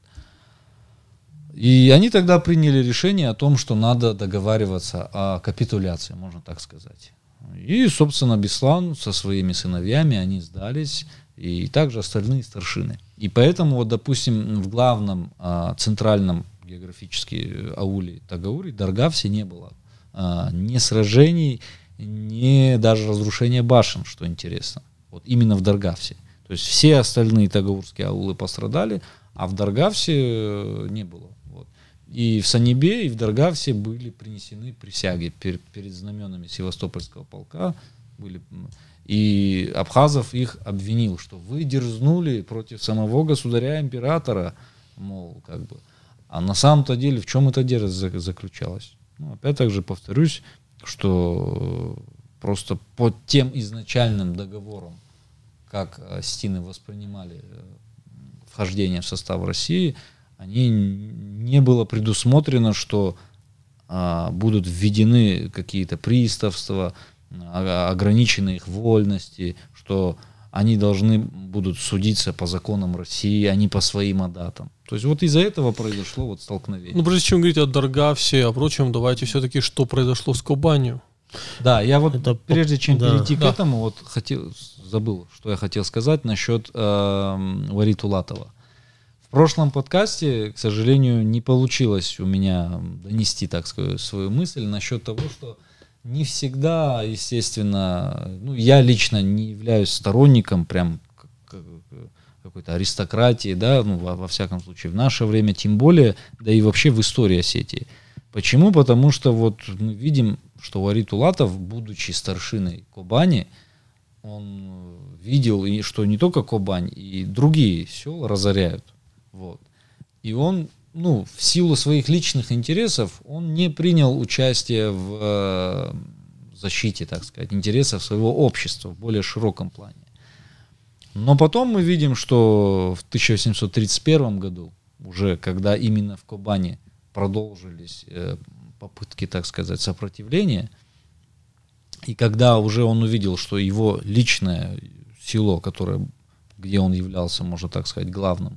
[SPEAKER 1] И они тогда приняли решение о том, что надо договариваться о капитуляции, можно так сказать. И, собственно, Беслан со своими сыновьями, они сдались, и также остальные старшины. И поэтому, вот, допустим, в главном центральном географически ауле Тагаури, Даргавсе, не было ни сражений, ни даже разрушения башен, что интересно. Вот именно в Даргавсе. То есть все остальные тагаурские аулы пострадали, а в Даргавсе не было. Вот. И в Санибе, и в Даргавсе были принесены присяги перед знаменами Севастопольского полка. И Абхазов их обвинил, что вы дерзнули против самого государя-императора, мол, как бы. А на самом-то деле в чем эта дерзость заключалась? Опять же повторюсь, что просто по тем изначальным договорам, как осетины воспринимали вхождение в состав России, не было предусмотрено, что будут введены какие-то приставства, ограничены их вольности, что они должны будут судиться по законам России, а не по своим адатам. То есть вот из-за этого произошло вот столкновение.
[SPEAKER 3] Прежде чем говорить о Даргавсе, о прочем, давайте все-таки, что произошло с Кубанью.
[SPEAKER 1] Да, я вот прежде чем перейти к этому, вот забыл, что я хотел сказать насчет Вари Тулатова. В прошлом подкасте, к сожалению, не получилось у меня донести, так сказать, свою мысль насчет того, что не всегда, естественно, я лично не являюсь сторонником прям какой-то аристократии, да, ну, во всяком случае, в наше время тем более, да и вообще в истории Осетии. Почему? Потому что вот мы видим, что Уарит Улатов, будучи старшиной Кобани, он видел, что не только Кобань, и другие села разоряют. Вот. И он, ну, в силу своих личных интересов, он не принял участие в защите, так сказать, интересов своего общества в более широком плане. Но потом мы видим, что в 1831 году, уже когда именно в Кобани продолжились попытки, так сказать, сопротивления, и когда уже он увидел, что его личное село, где он являлся, можно так сказать, главным,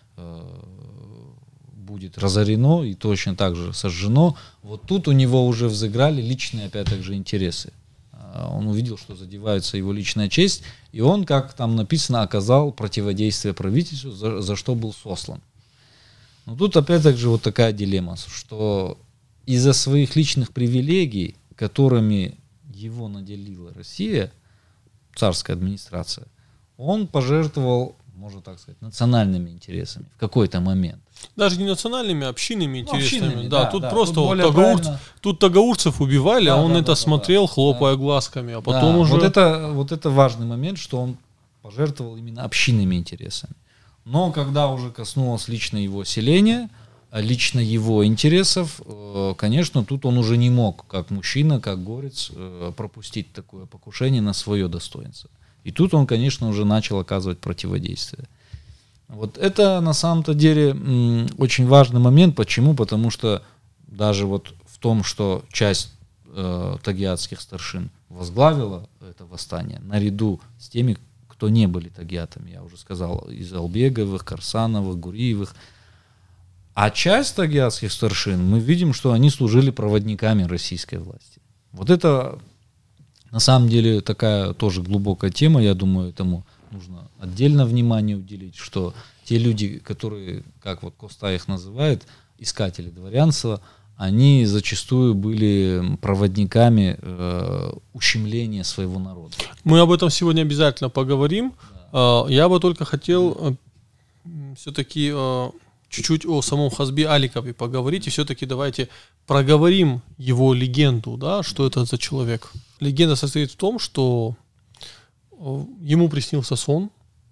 [SPEAKER 1] будет разорено и точно так же сожжено, вот тут у него уже взыграли личные, опять же, интересы. Он увидел, что задевается его личная честь, и он, как там написано, оказал противодействие правительству, за что был сослан. Но тут опять же вот такая дилемма, что из-за своих личных привилегий, которыми его наделила Россия, царская администрация, он пожертвовал, можно так сказать, национальными интересами в какой-то момент.
[SPEAKER 3] Даже не национальными, а общинными интересами.
[SPEAKER 1] Общинными,
[SPEAKER 3] да, тут просто
[SPEAKER 1] тут
[SPEAKER 3] тут тагаурцев убивали, а он это смотрел, хлопая глазками, а потом уже...
[SPEAKER 1] Вот это важный момент, что он пожертвовал именно общинными интересами. Но когда уже коснулось лично его селения, лично его интересов, конечно, тут он уже не мог, как мужчина, как горец, пропустить такое покушение на свое достоинство. И тут он, конечно, уже начал оказывать противодействие. Вот это на самом-то деле очень важный момент. Почему? Потому что даже вот в том, что часть тагиатских старшин возглавила это восстание, наряду с теми, кто не были тагиатами, я уже сказал, из Албеговых, Карсановых, Гуриевых. А часть тагиатских старшин, мы видим, что они служили проводниками российской власти. Вот это на самом деле такая тоже глубокая тема, я думаю, этому нужно отдельно внимание уделить, что те люди, которые, как вот Коста их называет, искатели дворянства, они зачастую были проводниками ущемления своего народа.
[SPEAKER 3] Мы об этом сегодня обязательно поговорим. Да. Я бы только хотел все-таки чуть-чуть о самом Хазби Аликове поговорить, и все-таки давайте проговорим его легенду, да, что это за человек. Легенда состоит в том, что ему приснился сон,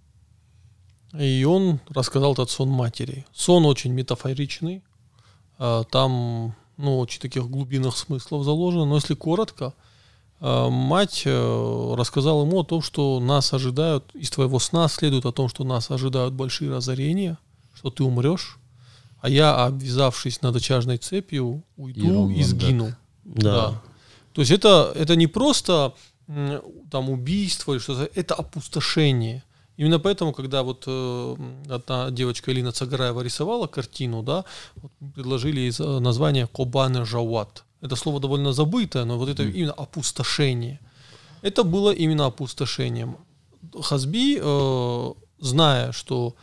[SPEAKER 3] и он рассказал этот сон матери. Сон очень метафоричный, там очень таких глубинных смыслов заложено, но если коротко, мать рассказала ему о том, что нас ожидают, из твоего сна следует о том, что нас ожидают большие разорения, что ты умрешь, а я, обвязавшись надочажной цепью, уйду и сгину. Да. То есть это не просто там убийство или что-то, это опустошение. Именно поэтому, когда вот одна девочка Элина Цагараева рисовала картину, да, вот предложили ей название Кобане Жауат. Это слово довольно забытое, но вот это именно опустошение. Это было именно опустошением. Хазби, зная, что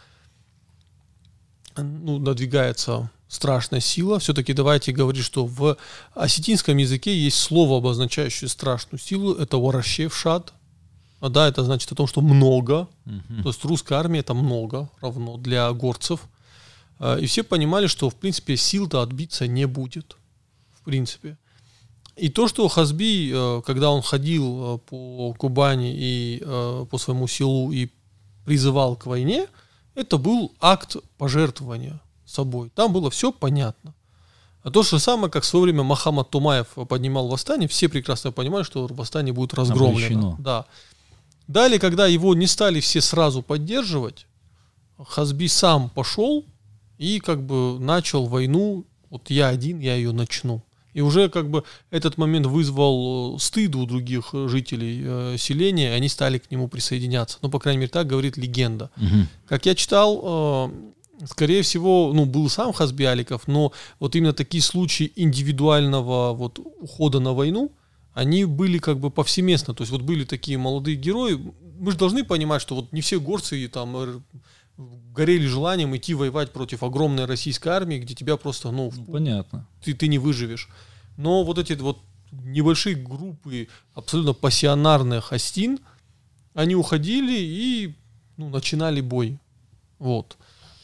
[SPEAKER 3] надвигается страшная сила, все-таки давайте говорить, что в осетинском языке есть слово, обозначающее страшную силу, это «варащев шад». Да, это значит о том, что много. То есть русская армия это много, равно для горцев. И все понимали, что в принципе сил-то отбиться не будет. В принципе. И то, что Хазби, когда он ходил по Кубани и по своему селу и призывал к войне, это был акт пожертвования собой. Там было все понятно. А то же самое, как в свое время Мохаммад Тумаев поднимал восстание, все прекрасно понимали, что восстание будет разгромлено. Да. Далее, когда его не стали все сразу поддерживать, Хазби сам пошел и как бы начал войну. Вот я один, я ее начну. И уже как бы этот момент вызвал стыд у других жителей селения, и они стали к нему присоединяться. Ну, по крайней мере, так говорит легенда. Как я читал, скорее всего, был сам Хазби Аликов, но вот именно такие случаи индивидуального вот ухода на войну, они были как бы повсеместно. То есть вот были такие молодые герои. Мы же должны понимать, что вот не все горцы там горели желанием идти воевать против огромной российской армии, где тебя просто,
[SPEAKER 1] понятно.
[SPEAKER 3] Ты не выживешь. Но вот эти вот небольшие группы абсолютно пассионарных осетин, они уходили и начинали бой. Вот.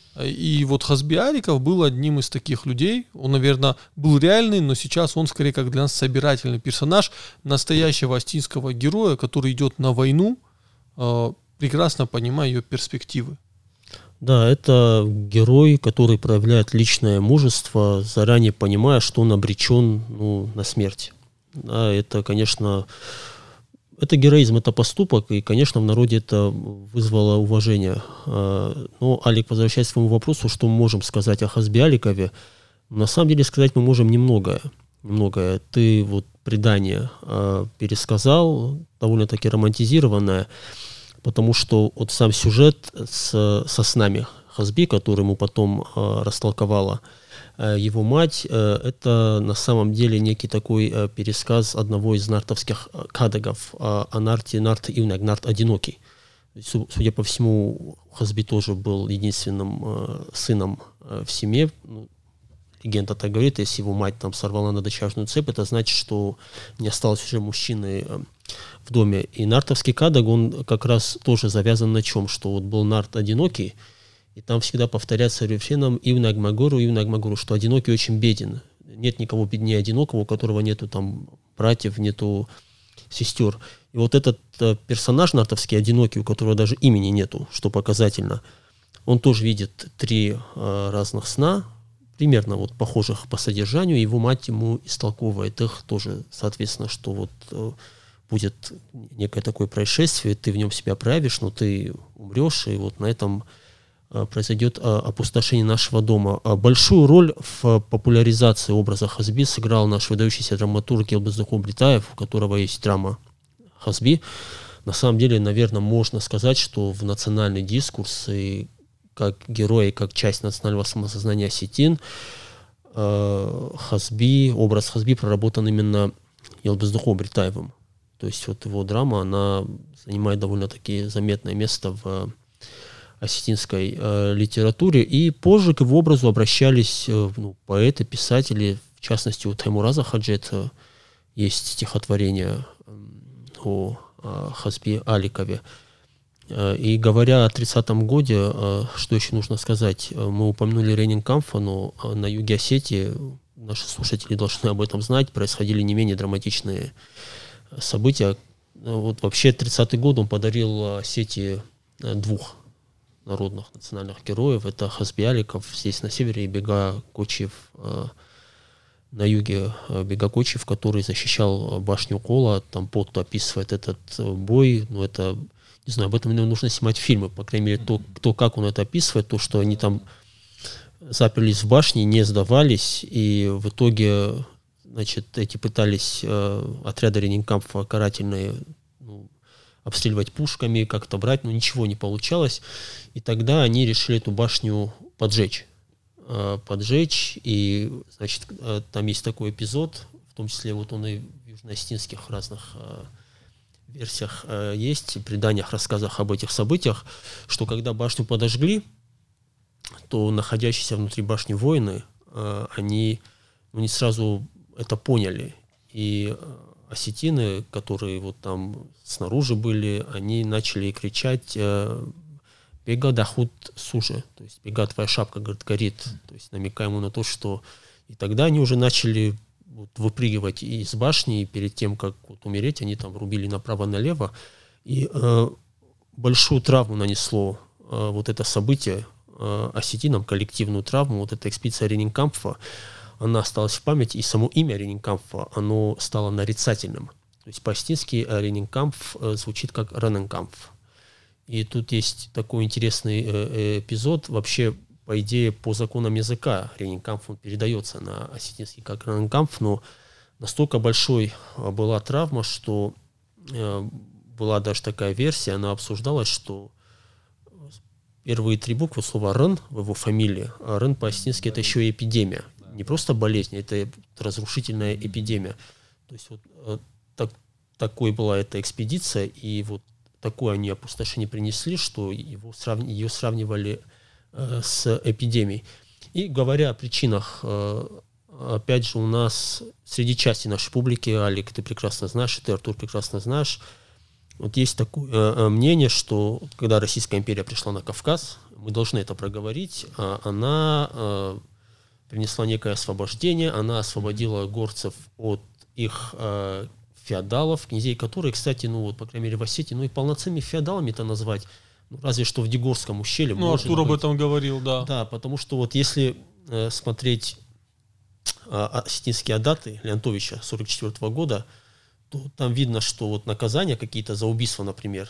[SPEAKER 3] И вот Хазби Аликов был одним из таких людей. Он, наверное, был реальный, но сейчас он скорее как для нас собирательный персонаж настоящего астинского героя, который идет на войну, прекрасно понимая ее перспективы.
[SPEAKER 2] Да, это герой, который проявляет личное мужество, заранее понимая, что он обречен на смерть. Да, это, конечно, это героизм, это поступок, и, конечно, в народе это вызвало уважение. Но, Алик, возвращаясь к своему вопросу, что мы можем сказать о Хазби Аликове, на самом деле сказать мы можем немногое. Ты вот предание пересказал, довольно-таки романтизированное, потому что вот сам сюжет со снами Хазби, который ему потом растолковала его мать, это на самом деле некий такой пересказ одного из нартовских кадагов о нарте Ивнаг, нарт одинокий. Судя по всему, Хазби тоже был единственным сыном в семье. Легенда так говорит, если его мать там сорвала надочажную цепь, это значит, что не осталось уже мужчины в доме. И нартовский кадаг, он как раз тоже завязан на чем? Что вот был нарт одинокий, и там всегда повторяется рефреном «Ивнаг Магору», что одинокий очень беден. Нет никого беднее одинокого, у которого нету там братьев, нету сестер. И вот этот персонаж нартовский одинокий, у которого даже имени нету, что показательно, он тоже видит 3 разных сна, примерно вот похожих по содержанию, его мать ему истолковывает их тоже, соответственно, что вот будет некое такое происшествие, ты в нем себя проявишь, но ты умрешь, и вот на этом произойдет опустошение нашего дома. Большую роль в популяризации образа Хазби сыграл наш выдающийся драматург Елбаздуху Блитаев, у которого есть драма Хазби. На самом деле, наверное, можно сказать, что в национальный дискурс и как герой, как часть национального самосознания осетин, Хазби, образ Хазби проработан именно Елбаздухом Блитаевым. То есть вот его драма, она занимает довольно-таки заметное место в осетинской литературе, и позже к его образу обращались поэты, писатели, в частности у Таймураза Хаджета есть стихотворение о Хазби Аликове. И говоря о 30-м годе, что еще нужно сказать, мы упомянули Рейнинкамфа, но на юге Осетии, наши слушатели должны об этом знать, происходили не менее драматичные события. Вот вообще 30-й год он подарил Осетии 2 народных национальных героев. Это Хазби Аликов здесь на севере и Бега Кочиев на юге. Бега Кочиев, который защищал башню Кола. Там Потто описывает этот бой. Но это, не знаю, об этом нужно снимать фильмы. По крайней мере, то, как он это описывает, то, что они там заперлись в башне, не сдавались. И в итоге, значит, эти пытались отряды Рейнинкамфа карательные обстреливать пушками, как-то брать, но ничего не получалось. И тогда они решили эту башню поджечь. И, значит, там есть такой эпизод, в том числе вот он и в южно-осетинских разных версиях есть, преданиях, рассказах об этих событиях, что когда башню подожгли, то находящиеся внутри башни воины, они не сразу это поняли. И осетины, которые вот там снаружи были, они начали кричать «Бега дахут суже», то есть «Бега, твоя шапка, говорит, горит», то есть намекая ему на то, что... И тогда они уже начали выпрыгивать из башни, и перед тем, как умереть, они там рубили направо-налево, и большую травму нанесло вот это событие осетинам, коллективную травму, вот эта экспедиция Рейнинкамфа, она осталась в памяти, и само имя Рейнинкамфа, оно стало нарицательным. То есть по-осетински Рейнинкамф звучит как Рененкамф. И тут есть такой интересный эпизод. Вообще, по идее, по законам языка Рейнинкамф он передается на осетинский как Рененкамф, но настолько большой была травма, что была даже такая версия, она обсуждалась, что первые 3 буквы слова «рен» в его фамилии, а «рен» по-осетински это еще и эпидемия. Не просто болезнь, это разрушительная эпидемия. То есть вот такой была эта экспедиция, и вот такое они опустошение принесли, что ее сравнивали с эпидемией. И говоря о причинах, опять же, у нас среди части нашей публики, Алик, ты прекрасно знаешь, и ты, Артур, прекрасно знаешь, Вот есть такое мнение, что когда Российская империя пришла на Кавказ, мы должны это проговорить, она принесла некое освобождение, она освободила горцев от их феодалов, князей, которые, кстати, ну вот, по крайней мере, в Осетии, ну и полноценными феодалами это назвать, ну, разве что в Дегорском ущелье.
[SPEAKER 3] Ну, Артур об этом говорил, да.
[SPEAKER 2] Да, потому что вот если смотреть осетинские адаты Леонтовича 1944 года, то там видно, что вот наказания какие-то за убийство, например,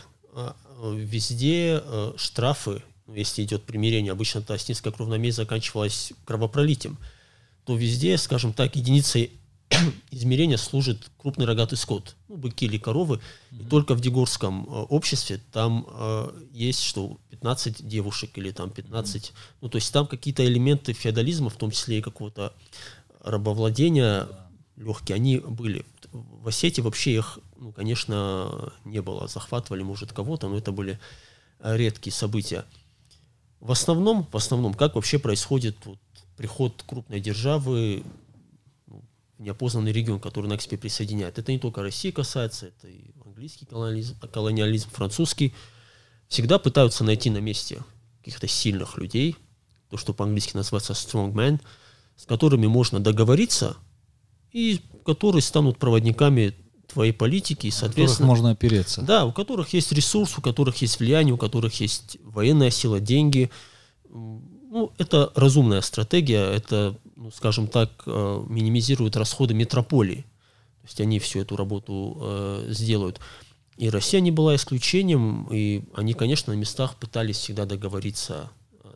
[SPEAKER 2] везде штрафы, если идет примирение, обычно та осетинская кровная месть заканчивалась кровопролитием, то везде, скажем так, единицей измерения служит крупный рогатый скот, ну, быки или коровы. И только в Дегорском обществе там есть, что 15 девушек или там 15, ну, то есть там какие-то элементы феодализма, в том числе и какого-то рабовладения легкие, они были. В Осетии вообще их, ну, конечно, не было. Захватывали, может, кого-то, но это были редкие события. В основном, как вообще происходит вот приход крупной державы в неопознанный регион, который она к себе присоединяет. Это не только России касается, это и английский колониализм, французский. Всегда пытаются найти на месте каких-то сильных людей, то, что по-английски называется strong men, с которыми можно договориться и которые станут проводниками твоей политики, и, соответственно,
[SPEAKER 1] можно опереться.
[SPEAKER 2] Да, у которых есть ресурс, у которых есть влияние, у которых есть военная сила, деньги. Ну, это разумная стратегия, это, ну, скажем так, минимизирует расходы метрополии. То есть они всю эту работу сделают. И Россия не была исключением, и они, конечно, на местах пытались всегда договориться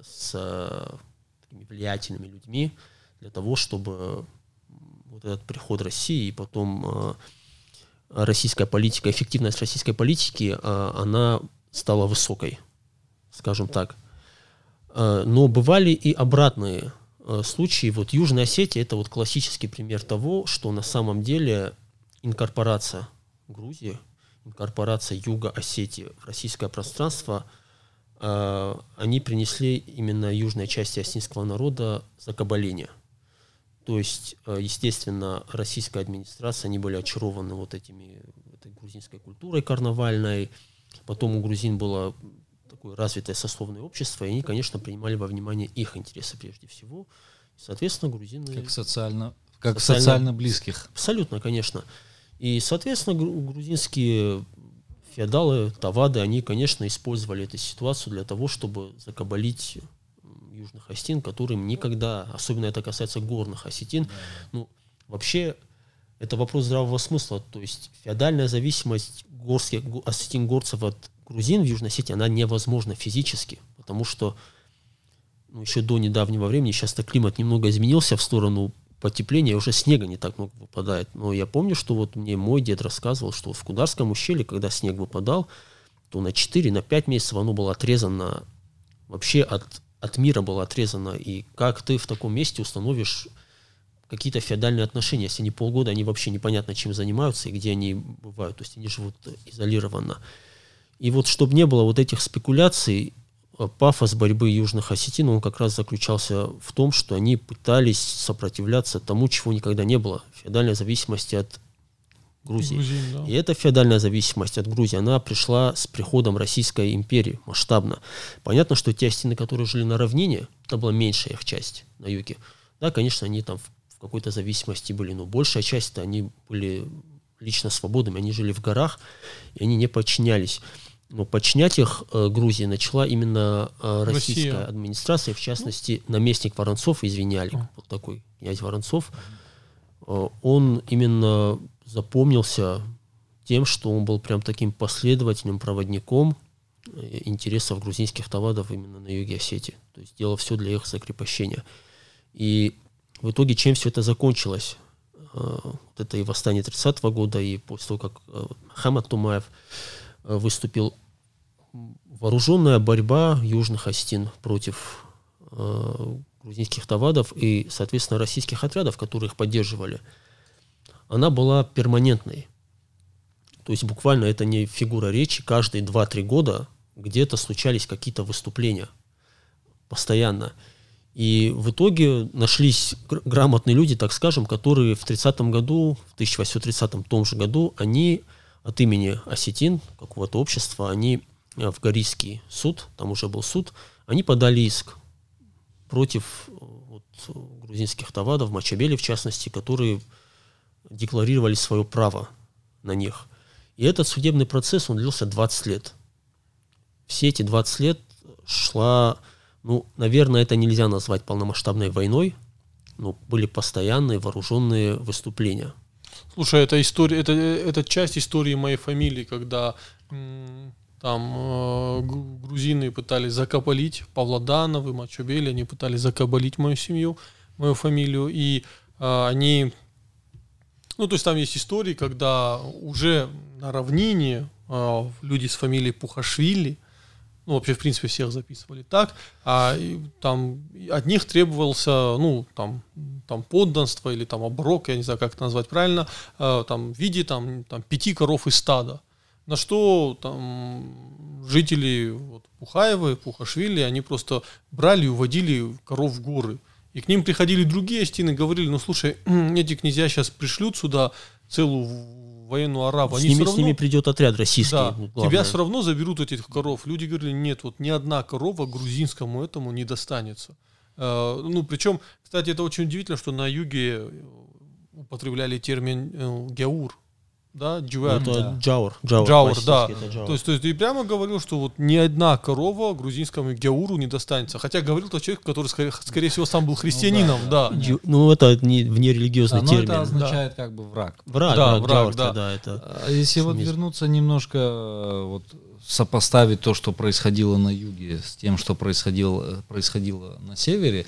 [SPEAKER 2] с такими влиятельными людьми для того, чтобы вот этот приход России и потом российская политика, эффективность российской политики, она стала высокой, скажем так. Но бывали и обратные случаи. Вот Южная Осетия — это вот классический пример того, что на самом деле инкорпорация Грузии, инкорпорация Юга Осетии в российское пространство, они принесли именно южной части осетинского народа закабаление. То есть, естественно, российская администрация, они были очарованы вот этой грузинской культурой карнавальной. Потом у грузин было такое развитое сословное общество, и они, конечно, принимали во внимание их интересы прежде всего. И, соответственно, грузины...
[SPEAKER 1] Как социально близких.
[SPEAKER 2] Абсолютно, конечно. И, соответственно, грузинские феодалы, тавады, они, конечно, использовали эту ситуацию для того, чтобы закабалить южных осетин, которым никогда, особенно это касается горных осетин, ну, вообще, это вопрос здравого смысла. То есть феодальная зависимость осетин-горцев от грузин в Южной Осетии, она невозможна физически, потому что еще до недавнего времени, сейчас-то климат немного изменился в сторону потепления, уже снега не так много выпадает. Но я помню, что вот мне мой дед рассказывал, что в Кударском ущелье, когда снег выпадал, то на 4-5 месяцев оно было отрезано, вообще от мира было отрезано. И как ты в таком месте установишь какие-то феодальные отношения, если они полгода, они вообще непонятно чем занимаются и где они бывают, то есть они живут изолированно. И вот чтобы не было вот этих спекуляций, пафос борьбы южных осетин, он как раз заключался в том, что они пытались сопротивляться тому, чего никогда не было, феодальной зависимости от Грузии. Да. И эта феодальная зависимость от Грузии, она пришла с приходом Российской империи масштабно. Понятно, что те осетины, которые жили на равнине, это была меньшая их часть на юге. Да, конечно, они там в какой-то зависимости были, но большая часть-то они были лично свободными, они жили в горах, и они не подчинялись. Но подчинять их Грузии начала именно российская администрация, в частности, наместник Воронцов, Алик, вот такой князь Воронцов, он именно запомнился тем, что он был прям таким последовательным проводником интересов грузинских тавадов именно на юге Осетии. То есть делал все для их закрепощения. И в итоге чем все это закончилось? Вот это и восстание 30-го года, и после того, как Хамат Тумаев выступил, вооруженная борьба южных осетин против грузинских тавадов и, соответственно, российских отрядов, которые их поддерживали, она была перманентной. То есть буквально это не фигура речи, каждые 2-3 года где-то случались какие-то выступления постоянно. И в итоге нашлись грамотные люди, так скажем, которые в 30-м году, в 1830-м том же году, они от имени осетин, какого-то общества, они в Горийский суд, там уже был суд, они подали иск против грузинских тавадов, Мачабели в частности, которые декларировали свое право на них. И этот судебный процесс, он длился 20 лет. Все эти 20 лет шла, наверное, это нельзя назвать полномасштабной войной, но были постоянные вооруженные выступления.
[SPEAKER 3] Слушай, это история, это часть истории моей фамилии, когда грузины пытались закабалить, Павлодановы, Мачабели, они пытались закабалить мою семью, мою фамилию, и они... то есть там есть истории, когда уже на равнине люди с фамилией Пухашвили, вообще, в принципе, всех записывали так, там от них требовался, там подданство или там оброк, я не знаю, как это назвать правильно, в виде 5 коров из стада. На что там жители Пухаевы, Пухашвили, они просто брали и уводили коров в горы. И к ним приходили другие осетины, говорили, слушай, эти князья сейчас пришлют сюда целую военную араву.
[SPEAKER 2] С ними придет отряд российский.
[SPEAKER 3] Да, тебя все равно заберут этих коров. Люди говорили, нет, ни одна корова грузинскому этому не достанется. Причем, кстати, это очень удивительно, что на юге употребляли термин гяур. Да, джуэр.
[SPEAKER 2] Это джаур,
[SPEAKER 3] да.
[SPEAKER 2] Это джаур.
[SPEAKER 3] То есть ты прямо говорил, что ни одна корова грузинскому гяуру не достанется. Хотя говорил тот человек, который, скорее всего, сам был христианином. Да.
[SPEAKER 2] Это внерелигиозный термин.
[SPEAKER 1] Это означает как бы враг.
[SPEAKER 2] Враг,
[SPEAKER 1] да. Если вернуться немножко, сопоставить то, что происходило на юге, с тем, что происходило на севере,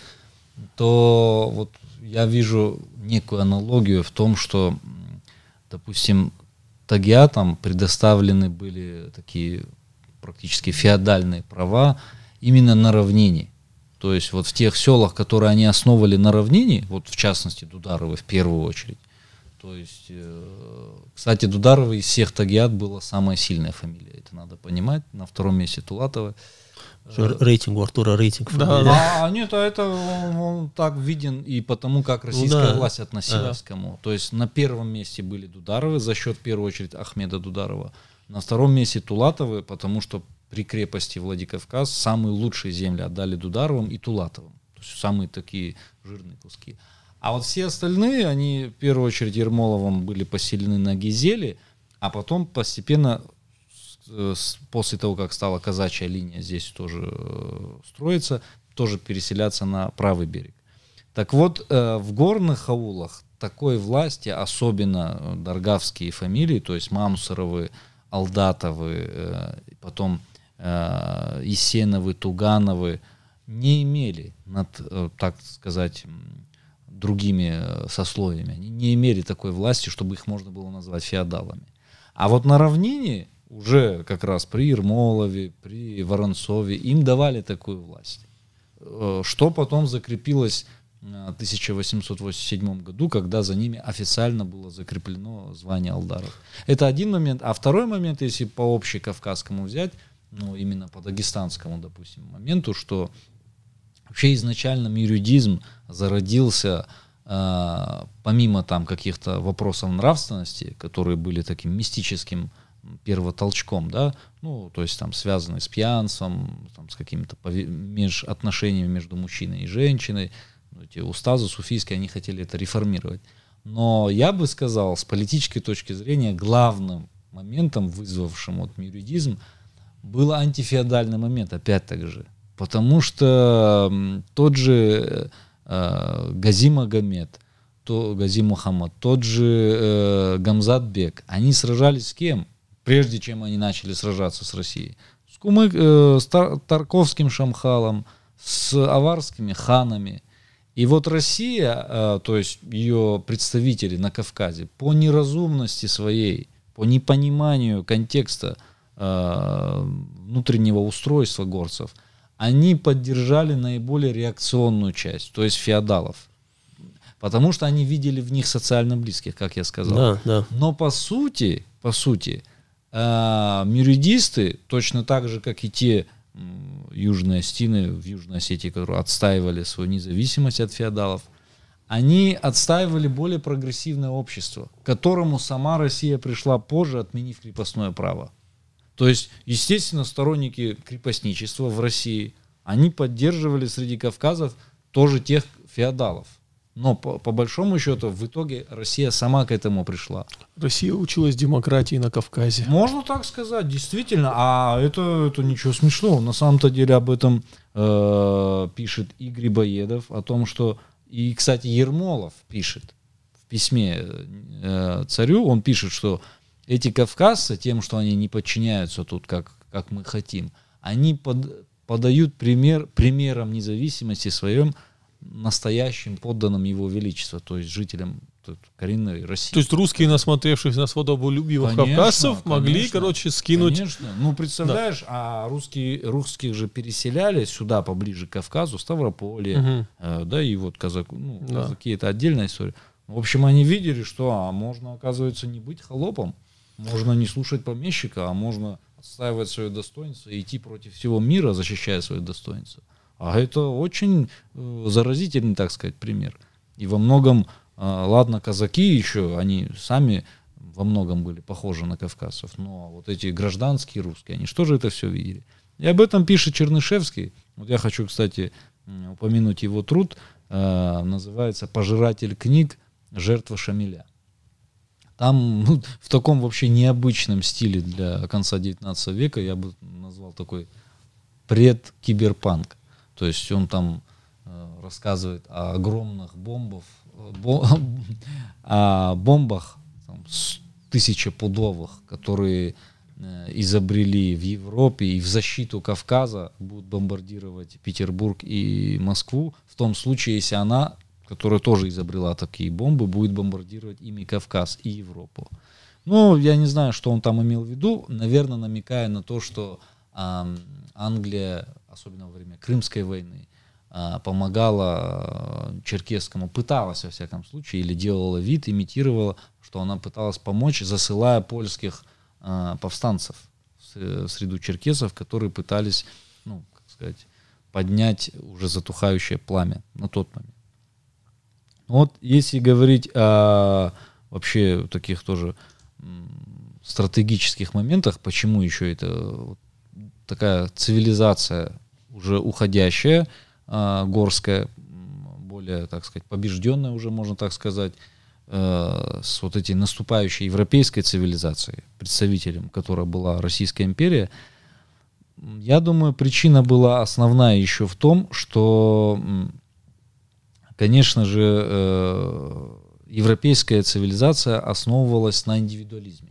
[SPEAKER 1] то я вижу некую аналогию в том, что, допустим, тагиатам предоставлены были такие практически феодальные права именно на равнине. То есть в тех селах, которые они основали на равнине, в частности Дударовы в первую очередь. То есть, кстати, Дударовы из всех тагиат была самая сильная фамилия, это надо понимать. На втором месте Тулатовы.
[SPEAKER 2] Рейтинг у Артура рейтинг.
[SPEAKER 1] Нет, это он так виден и потому, как российская власть относилась к кому. То есть на первом месте были Дударовы за счет, в первую очередь, Ахмеда Дударова. На втором месте Тулатовы, потому что при крепости Владикавказ самые лучшие земли отдали Дударовым и Тулатовым. То есть самые такие жирные куски. А все остальные, они в первую очередь Ермоловым были поселены на Гизеле, а потом постепенно, после того, как стала казачья линия здесь тоже строиться, тоже переселяться на правый берег. Так вот, в горных аулах такой власти, особенно даргавские фамилии, то есть Мамсуровы, Алдатовы, потом Исеновы, Тугановы, не имели над, так сказать, другими сословиями. Они не имели такой власти, чтобы их можно было назвать феодалами. А на равнине уже как раз при Ермолове, при Воронцове им давали такую власть. Что потом закрепилось в 1887 году, когда за ними официально было закреплено звание алдаров. Это один момент. А второй момент, если по общекавказскому взять, именно по дагестанскому, допустим, моменту, что вообще изначально мирюдизм зародился помимо там каких-то вопросов нравственности, которые были таким мистическим первотолчком, да, то есть там связанные с пьянством, там, с какими-то отношениями между мужчиной и женщиной. Эти устазы суфийские, они хотели это реформировать. Но я бы сказал, с политической точки зрения, главным моментом, вызвавшим мирюдизм, был антифеодальный момент, опять-таки же. Потому что тот же Гази Магомед, Гази Мухаммад, тот же Гамзат Бек, они сражались с кем? Прежде чем они начали сражаться с Россией. С Тарковским Шамхалом, с аварскими ханами. И Россия, то есть ее представители на Кавказе, по неразумности своей, по непониманию контекста внутреннего устройства горцев, они поддержали наиболее реакционную часть, то есть феодалов. Потому что они видели в них социально близких, как я сказал.
[SPEAKER 2] Да.
[SPEAKER 1] Но по сути, мирюдисты, точно так же, как и те южные осетины в Южной Осетии, которые отстаивали свою независимость от феодалов, они отстаивали более прогрессивное общество, к которому сама Россия пришла позже, отменив крепостное право. То есть, естественно, сторонники крепостничества в России, они поддерживали среди кавказов тоже тех феодалов. Но по большому счету в итоге Россия сама к этому пришла.
[SPEAKER 3] Россия училась демократии на Кавказе.
[SPEAKER 1] Можно так сказать, действительно. А это ничего смешного. На самом-то деле об этом пишет и Грибоедов, о том, что... И, кстати, Ермолов пишет в письме царю, он пишет, что эти кавказцы, тем, что они не подчиняются тут, как мы хотим, они подают примером независимости своим настоящим подданным его величества, то есть жителям коренной России.
[SPEAKER 3] То есть русские, насмотревшись на свободолюбивых кавказцев, могли, скинуть...
[SPEAKER 1] Конечно. Ну, представляешь, да. А русских же переселяли сюда, поближе к Кавказу, Ставрополье, да, и вот казаки, это отдельная история. В общем, они видели, что можно, оказывается, не быть холопом, можно не слушать помещика, а можно отстаивать свое достоинство и идти против всего мира, защищая свое достоинство. А это очень заразительный, так сказать, пример. И во многом, ладно, казаки еще, они сами во многом были похожи на кавказцев, но вот эти гражданские русские, они что же это все видели? И об этом пишет Чернышевский. Вот я хочу, кстати, упомянуть его труд, называется «Пожиратель книг. Жертва Шамиля». Там в таком вообще необычном стиле для конца 19 века, я бы назвал такой предкиберпанк. То есть он там рассказывает о огромных бомбах там, 1000-пудовых, которые изобрели в Европе и в защиту Кавказа будут бомбардировать Петербург и Москву, в том случае, если она, которая тоже изобрела такие бомбы, будет бомбардировать ими Кавказ и Европу. Ну, я не знаю, что он там имел в виду, наверное, намекая на то, что Англия, особенно во время Крымской войны, помогала черкесскому, пыталась во всяком случае, или делала вид, имитировала, что она пыталась помочь, засылая польских повстанцев в среду черкесов, которые пытались, поднять уже затухающее пламя на тот момент. Вот если говорить о вообще таких тоже стратегических моментах, почему еще это такая цивилизация уже уходящая, горская, более, так сказать, побежденная уже, можно так сказать, с вот этой наступающей европейской цивилизацией, представителем которой была Российская империя, я думаю, причина была основная еще в том, что, конечно же, европейская цивилизация основывалась на индивидуализме.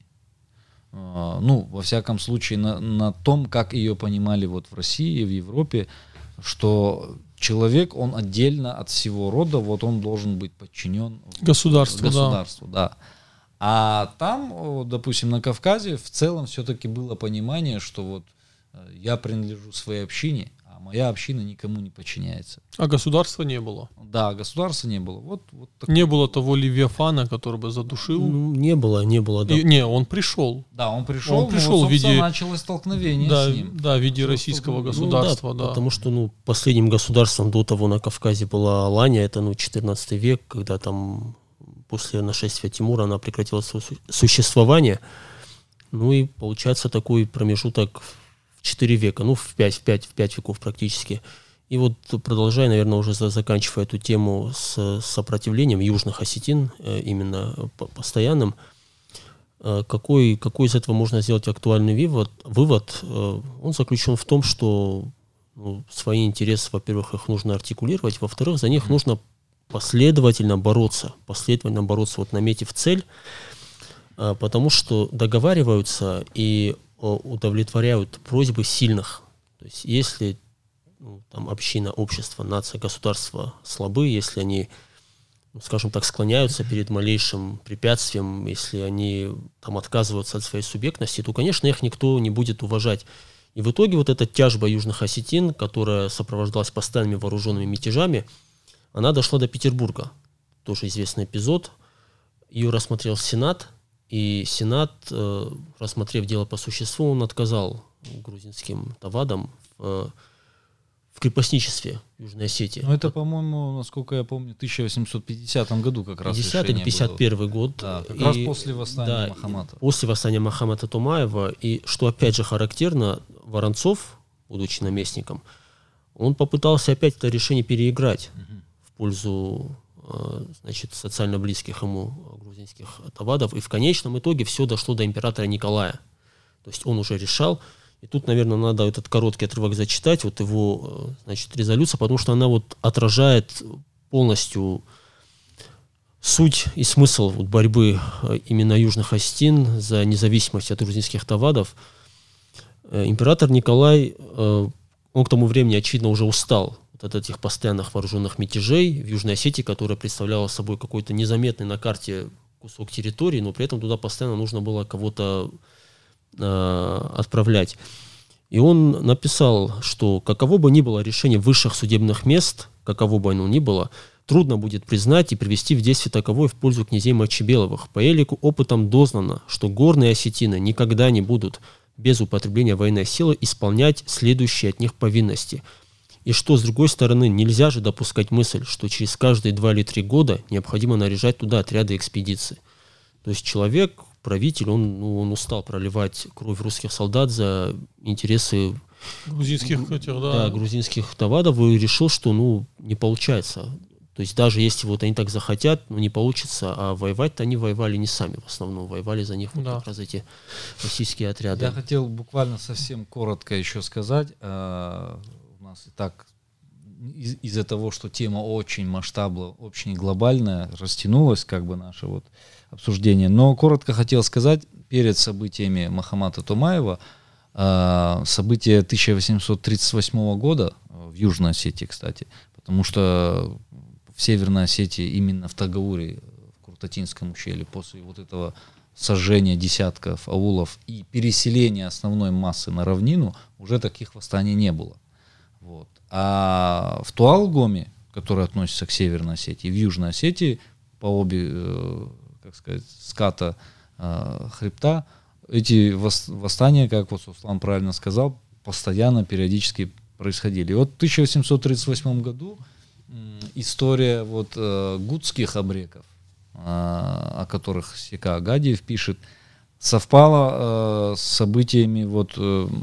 [SPEAKER 1] Во всяком случае, на том, как ее понимали вот в России, в Европе, что человек, он отдельно от всего рода, вот он должен быть подчинен государству, да. А там, допустим, на Кавказе в целом все-таки было понимание, что вот я принадлежу своей общине, а моя община никому не подчиняется.
[SPEAKER 3] А государства не было?
[SPEAKER 1] Да, государства не было. Вот
[SPEAKER 3] не было того Левиафана, который бы задушил?
[SPEAKER 2] Не было, да.
[SPEAKER 3] Он пришел.
[SPEAKER 1] Да, он пришел
[SPEAKER 3] в виде...
[SPEAKER 1] началось столкновение с ним.
[SPEAKER 3] Да, в виде российского государства. Да.
[SPEAKER 2] Потому что последним государством до того на Кавказе была Алания, это 14 век, когда там после нашествия Тимура она прекратила свое существование. И получается такой промежуток в 4 века, в 5 веков практически. И вот продолжая, наверное, уже заканчивая эту тему с сопротивлением южных осетин, именно постоянным, какой из этого можно сделать актуальный вывод? Он заключен в том, что свои интересы, во-первых, их нужно артикулировать, во-вторых, за них нужно последовательно бороться, наметив цель, потому что договариваются и удовлетворяют просьбы сильных. То есть если община, общество, нация, государство слабы, если они, скажем так, склоняются перед малейшим препятствием, если они отказываются от своей субъектности, то, конечно, их никто не будет уважать. И в итоге вот эта тяжба южных осетин, которая сопровождалась постоянными вооруженными мятежами, она дошла до Петербурга. Тоже известный эпизод. Ее рассмотрел Сенат, и Сенат, рассмотрев дело по существу, он отказал грузинским тавадам в в крепостничестве в Южной Осетии.
[SPEAKER 1] Ну, это, по-моему, насколько я помню, в 1850 году как раз
[SPEAKER 2] 50 или 51 год.
[SPEAKER 1] Да, как раз после восстания Мохаммада.
[SPEAKER 2] После восстания Мохаммада Томаева. И что опять же характерно, Воронцов, будучи наместником, он попытался опять это решение переиграть в пользу, значит, социально близких ему грузинских тавадов. И в конечном итоге все дошло до императора Николая. То есть он уже решал. И тут, наверное, надо этот короткий отрывок зачитать, вот его, значит, резолюция, потому что она вот отражает полностью суть и смысл вот борьбы именно южных осетин за независимость от грузинских тавадов. Император Николай, он к тому времени, очевидно, уже устал от этих постоянных вооруженных мятежей в Южной Осетии, которая представляла собой какой-то незаметный на карте кусок территории, но при этом туда постоянно нужно было кого-то отправлять. И он написал, что каково бы ни было решение высших судебных мест, каково бы оно ни было, трудно будет признать и привести в действие таковое в пользу князей Мочебеловых. По элику опытом дознано, что горные осетины никогда не будут без употребления военной силы исполнять следующие от них повинности. И что, с другой стороны, нельзя же допускать мысль, что через каждые 2 или 3 года необходимо наряжать туда отряды экспедиций. То есть человек, правитель, он устал проливать кровь русских солдат за интересы грузинских тавадов и решил, что не получается. То есть даже если вот они так захотят, не получится, а воевать-то они воевали не сами в основном, воевали за них вот как раз эти российские отряды.
[SPEAKER 1] Я хотел буквально совсем коротко еще сказать, у нас и так из-за того, что тема очень масштабная, очень глобальная, растянулась как бы наше вот обсуждение. Но коротко хотел сказать, перед событиями Мохаммада Томаева, события 1838 года в Южной Осетии, кстати, потому что в Северной Осетии, именно в Тагауре, в Куртатинском ущелье, после вот этого сожжения десятков аулов и переселения основной массы на равнину, уже таких восстаний не было. Вот. А в Туалгоме, который относится к Северной Осетии, в Южной Осетии, по обе, как сказать, ската хребта, эти восстания, как вот Суслан правильно сказал, постоянно, периодически происходили. И вот в 1838 году история вот гутских абреков, о которых Сека Агадиев пишет, совпала с событиями вот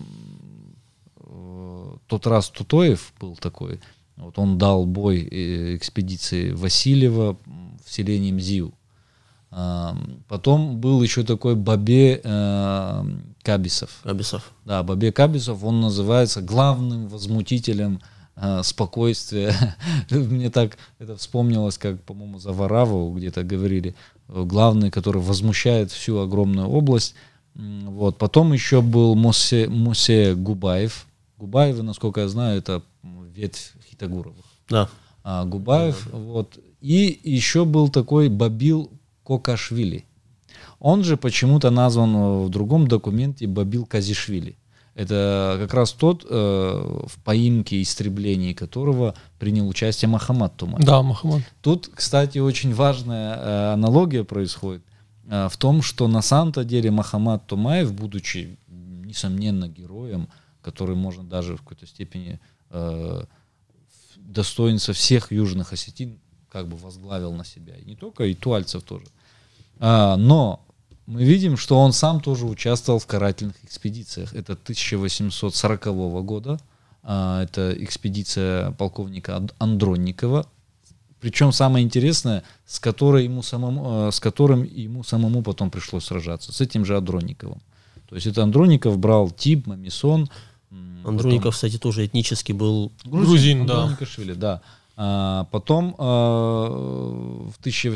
[SPEAKER 1] тот раз Тутоев был такой, вот он дал бой экспедиции Васильева в селении Мзиу. Потом был еще такой Бабе Кабисов. Да, Бабе Кабисов, он называется главным возмутителем спокойствия. Мне так это вспомнилось, как, по-моему, за Вараву где-то говорили, главный, который возмущает всю огромную область. Вот. Потом еще был Мусе Губаев. Губаевы, насколько я знаю, это ветвь Хитагуровых.
[SPEAKER 2] Да.
[SPEAKER 1] Губаев. Вот. И еще был такой Бабил Кокашвили. Он же почему-то назван в другом документе Бабил Казишвили. Это как раз тот, в поимке и истреблении которого принял участие Мохаммад Томаев.
[SPEAKER 3] Да, Мохаммад.
[SPEAKER 1] Тут, кстати, очень важная аналогия происходит в том, что на самом-то деле Мохаммад Томаев, будучи, несомненно, героем, который можно даже в какой-то степени достоинства всех южных осетин как бы возглавил на себя. И не только, и туальцев тоже. Но мы видим, что он сам тоже участвовал в карательных экспедициях. Это 1840 года. Это экспедиция полковника Андронникова. Причем самое интересное, с которым ему самому потом пришлось сражаться. С этим же Андронниковым. То есть это Андронников брал Тиб, Мамисон.
[SPEAKER 2] Андронников, кстати, тоже этнически был
[SPEAKER 3] грузин, да.
[SPEAKER 1] Да. Потом в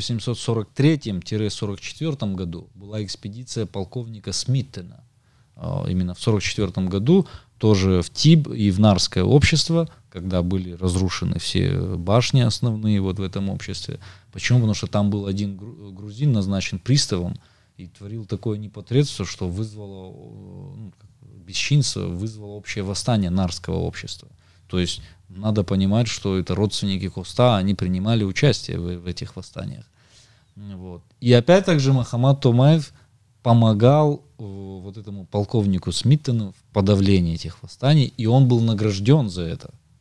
[SPEAKER 1] 1843-44 году была экспедиция полковника Смиттена. Именно в 1944 году тоже в Тиб и в Нарское общество, когда были разрушены все башни основные вот в этом обществе. Почему? Потому что там был один грузин назначен приставом и творил такое непотребство, что вызвало бесчинство, вызвало общее восстание Нарского общества. То есть надо понимать, что это родственники Коста, они принимали участие в этих восстаниях. Вот. И опять же Мохаммад Томаев помогал вот этому полковнику Смиттену в подавлении этих восстаний, и он был награжден за это.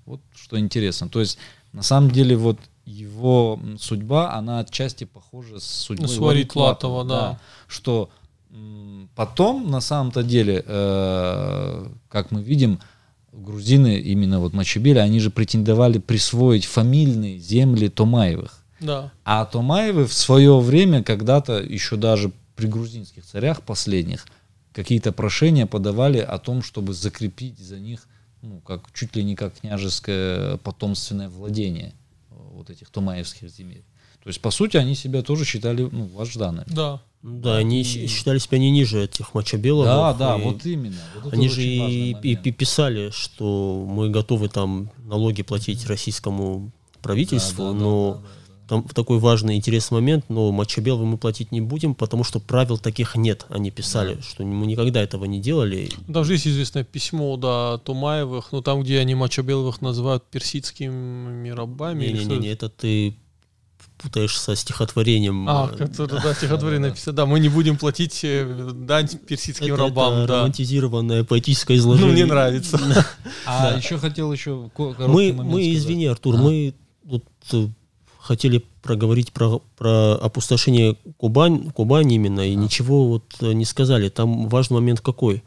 [SPEAKER 1] Вот что интересно. То есть, на самом деле, вот его судьба, она отчасти похожа с судьбой
[SPEAKER 3] Сварит Латова, да.
[SPEAKER 1] Что потом, на самом-то деле, как мы видим, грузины, именно вот Мачебели, они же претендовали присвоить фамильные земли Томаевых.
[SPEAKER 3] Да.
[SPEAKER 1] А Томаевы в свое время, когда-то, еще даже при грузинских царях последних, какие-то прошения подавали о том, чтобы закрепить за них, ну, как, чуть ли не как княжеское потомственное владение вот этих томаевских земель. То есть, по сути, они себя тоже считали, ну, вождами.
[SPEAKER 3] Да.
[SPEAKER 2] Да, они считали себя не ниже этих Мачебеловых.
[SPEAKER 1] Да, да, вот именно. Вот
[SPEAKER 2] они же и писали, что мы готовы там налоги платить российскому правительству, но там такой важный интересный момент, но Мачебеловым мы платить не будем, потому что правил таких нет. Они писали, что мы никогда этого не делали.
[SPEAKER 3] Даже есть известное письмо, да, Томаевых, но там, где они Мачебеловых называют персидскими рабами.
[SPEAKER 2] Не, это ты путаешь со стихотворением.
[SPEAKER 3] Которое, да, стихотворение написано. Да, мы не будем платить дань персидским рабам.
[SPEAKER 2] Это романтизированное поэтическое изложение.
[SPEAKER 3] Ну, мне нравится.
[SPEAKER 1] А еще хотел короткий момент
[SPEAKER 2] мы, извини, Артур, мы вот хотели проговорить про опустошение Кубани именно, и ничего вот не сказали. Там важный момент какой?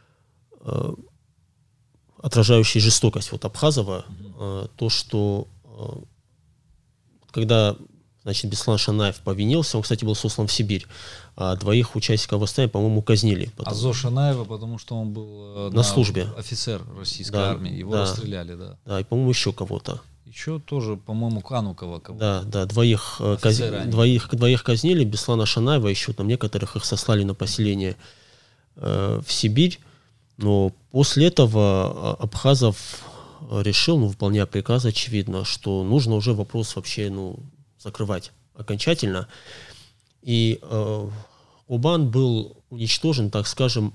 [SPEAKER 2] Отражающий жестокость вот Абхазова, то, что когда, значит, Беслан Шанаев повинился, он, кстати, был сослан в Сибирь, а двоих участников восстания, по-моему, казнили.
[SPEAKER 1] Азо Шанаева, потому что он был
[SPEAKER 2] на службе.
[SPEAKER 1] Офицер российской армии, его расстреляли, да.
[SPEAKER 2] Да, и, по-моему, еще кого-то.
[SPEAKER 1] Еще тоже, по-моему, Канукова
[SPEAKER 2] кого-то. Да, двоих казнили, Беслана Шанаева, еще там некоторых их сослали на поселение в Сибирь. Но после этого Абхазов решил, выполняя приказ, очевидно, что нужно уже вопрос вообще, закрывать окончательно. И Кубань был уничтожен, так скажем,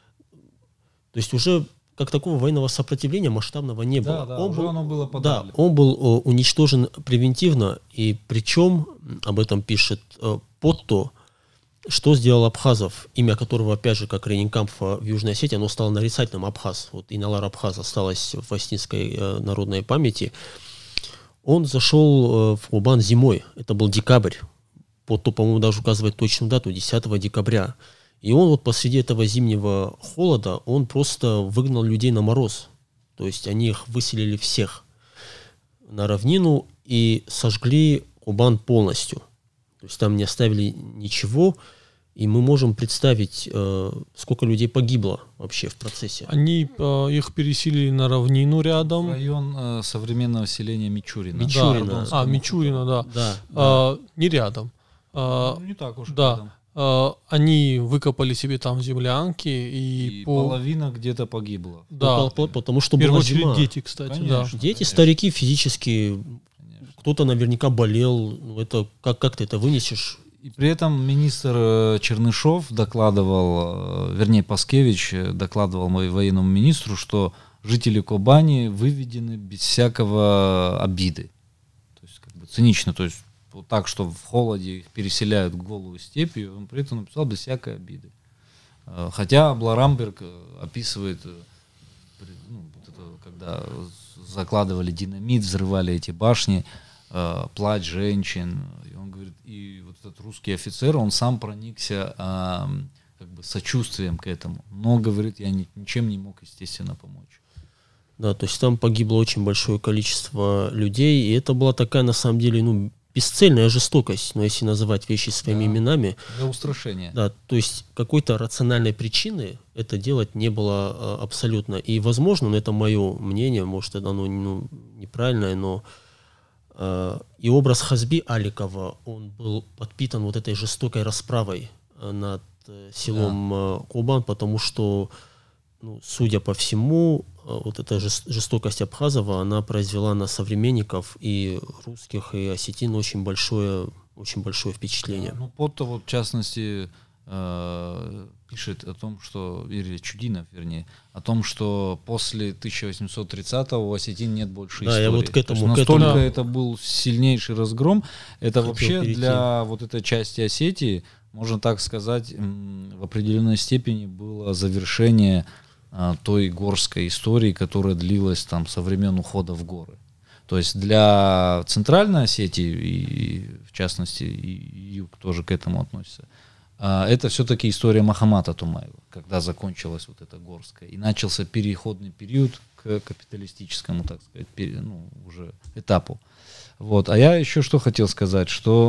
[SPEAKER 2] то есть уже как такого военного сопротивления масштабного не было.
[SPEAKER 1] Да, оно было подавлено.
[SPEAKER 2] Да, он был уничтожен превентивно, и причем, об этом пишет Потто, что сделал Абхазов, имя которого, опять же, как Ренинкампфа в Южной Осетии, оно стало нарицательным Абхаз. Вот Иналар Абхаз осталось в воснинской народной памяти. Он зашел в Кубань зимой, это был декабрь. Потто, по-моему, даже указывает точную дату, 10 декабря. И он вот посреди этого зимнего холода, он просто выгнал людей на мороз. То есть они их выселили всех на равнину и сожгли Кубань полностью. То есть там не оставили ничего, и мы можем представить, сколько людей погибло вообще в процессе.
[SPEAKER 3] Они их переселили на равнину рядом.
[SPEAKER 1] В район современного селения Мичурина.
[SPEAKER 3] Мичурина, да. Не рядом.
[SPEAKER 1] Не так уж
[SPEAKER 3] рядом. Они выкопали себе там землянки, и
[SPEAKER 1] половина где-то погибла.
[SPEAKER 2] Да. Потому что была зима.
[SPEAKER 3] Дети, кстати.
[SPEAKER 1] Конечно,
[SPEAKER 3] да.
[SPEAKER 2] Дети, старики физически... Кто-то наверняка болел, это как ты это вынесешь?
[SPEAKER 1] И при этом министр Чернышов докладывал, вернее Паскевич докладывал военному министру, что жители Кубани выведены без всякого обиды. То есть как бы цинично, то есть вот так, что в холоде их переселяют в голую степь, и он при этом написал без всякой обиды. Хотя Бларамберг описывает, когда закладывали динамит, взрывали эти башни, плач женщин, и он говорит, и вот этот русский офицер, он сам проникся как бы сочувствием к этому, но, говорит, я ничем не мог, естественно, помочь.
[SPEAKER 2] Да, то есть там погибло очень большое количество людей, и это была такая, на самом деле, бесцельная жестокость, но если называть вещи своими именами.
[SPEAKER 1] Для устрашения.
[SPEAKER 2] Да, то есть какой-то рациональной причины это делать не было абсолютно. И, возможно, это мое мнение, может, это оно неправильное, но и образ Хазби Аликова, он был подпитан вот этой жестокой расправой над селом Кубань, потому что, судя по всему, вот эта жестокость Абхазова, она произвела на современников и русских, и осетин очень большое впечатление.
[SPEAKER 1] Потто, в частности, пишет о том, что, или Чудинов, вернее, о том, что после 1830-го у осетин нет больше истории.
[SPEAKER 2] Я вот к этому,
[SPEAKER 1] настолько это был сильнейший разгром. Это вообще для вот этой части Осетии, можно так сказать, в определенной степени было завершение той горской истории, которая длилась там со времен ухода в горы. То есть для Центральной Осетии, и в частности и юг тоже к этому относится, это все-таки история Махамата Тумаева, когда закончилась вот эта горская, и начался переходный период к капиталистическому, так сказать, уже этапу. Вот. А я еще что хотел сказать, что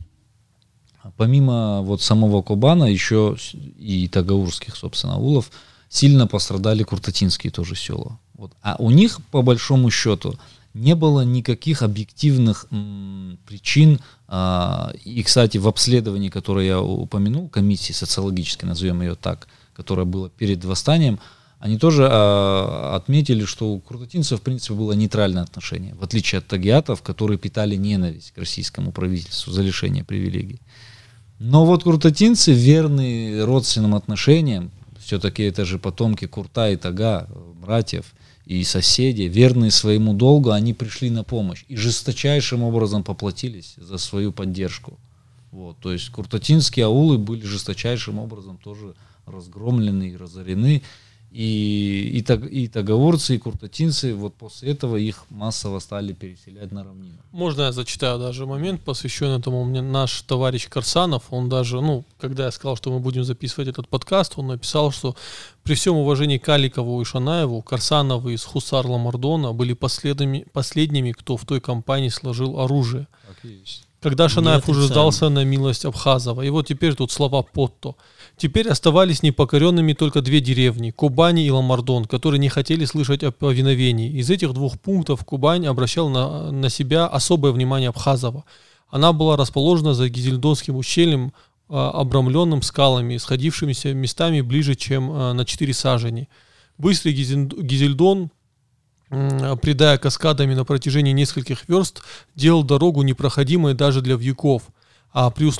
[SPEAKER 1] помимо вот самого Кубана, еще и тагаурских, собственно, аулов, сильно пострадали куртатинские тоже села. Вот. А у них, по большому счету, не было никаких объективных причин. И, кстати, в обследовании, которое я упомянул, комиссии социологической, назовем ее так, которая была перед восстанием, они тоже отметили, что у куртатинцев, в принципе, было нейтральное отношение, в отличие от тагиатов, которые питали ненависть к российскому правительству за лишение привилегий. Но вот куртатинцы, верные родственным отношениям, все-таки это же потомки Курта и Тага, братьев и соседи, верные своему долгу, они пришли на помощь и жесточайшим образом поплатились за свою поддержку. Вот, то есть куртатинские аулы были жесточайшим образом тоже разгромлены и разорены. И тагаурцы, и куртатинцы, вот после этого их массово стали переселять на равнину.
[SPEAKER 3] Можно я зачитаю даже момент, посвященный этому? Мне наш товарищ Карсанов, он даже, когда я сказал, что мы будем записывать этот подкаст, он написал, что при всем уважении к Аликову и Шанаеву, Карсановы из Хусар-Ламардона были последними, кто в той кампании сложил оружие.
[SPEAKER 1] Так и есть.
[SPEAKER 3] Когда Шанаев уже сдался на милость Абхазова. И вот теперь тут слова Потто. Теперь оставались непокоренными только две деревни, Кубани и Ламардон, которые не хотели слышать о повиновении. Из этих двух пунктов Кубань обращала на себя особое внимание Абхазова. Она была расположена за Гизельдонским ущельем, обрамленным скалами, сходившимися местами ближе, чем на 4 сажени. Быстрый Гизельдон, придая каскадами на протяжении нескольких верст, делал дорогу непроходимой даже для вьюков. А при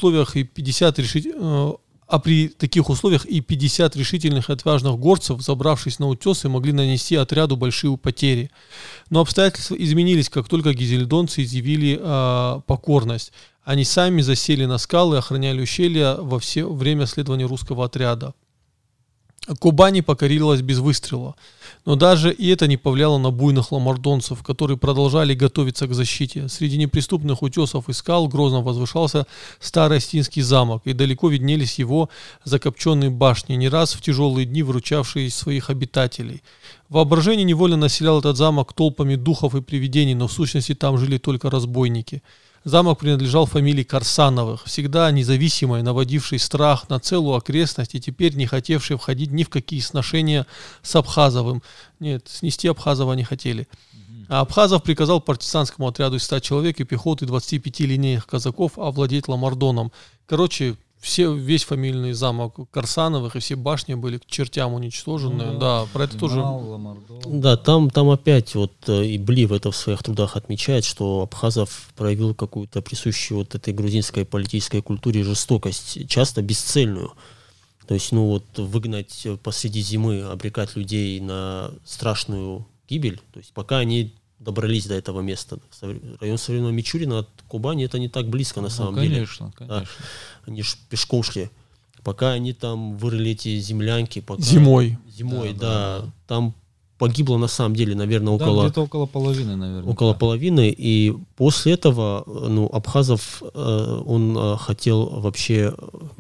[SPEAKER 3] таких условиях и 50 решительных и отважных горцев, забравшись на утесы, могли нанести отряду большие потери. Но обстоятельства изменились, как только гизельдонцы изъявили покорность. Они сами засели на скалы и охраняли ущелья во все время следования русского отряда. Кубань покорилась без выстрела. Но даже и это не повлияло на буйных ламардонцев, которые продолжали готовиться к защите. Среди неприступных утесов и скал грозно возвышался старый Остинский замок, и далеко виднелись его закопченные башни, не раз в тяжелые дни выручавшие своих обитателей. Воображение невольно населял этот замок толпами духов и привидений, но в сущности там жили только разбойники. Замок принадлежал фамилии Карсановых, всегда независимой, наводившей страх на целую окрестность и теперь не хотевшей входить ни в какие сношения с Абхазовым. Нет, снести Абхазова не хотели. А Абхазов приказал партизанскому отряду из 100 человек и пехоты 25 линейных казаков овладеть Ламардоном. Короче, весь фамильный замок Карсановых и все башни были к чертям уничтожены. Да, про это тоже.
[SPEAKER 2] Да, там опять вот и Блив это в своих трудах отмечает, что Абхазов проявил какую-то присущую вот этой грузинской политической культуре жестокость, часто бесцельную. То есть, выгнать посреди зимы, обрекать людей на страшную гибель, то есть пока они добрались до этого места. Район современного Мичурина от Кубани это не так близко на самом деле.
[SPEAKER 1] Конечно.
[SPEAKER 2] Да, они же пешком шли. Пока они там вырыли эти землянки.
[SPEAKER 3] Зимой,
[SPEAKER 2] да. Там погибло на самом деле, наверное,
[SPEAKER 1] где-то около половины, наверное.
[SPEAKER 2] Около половины. И после этого, Абхазов, он хотел вообще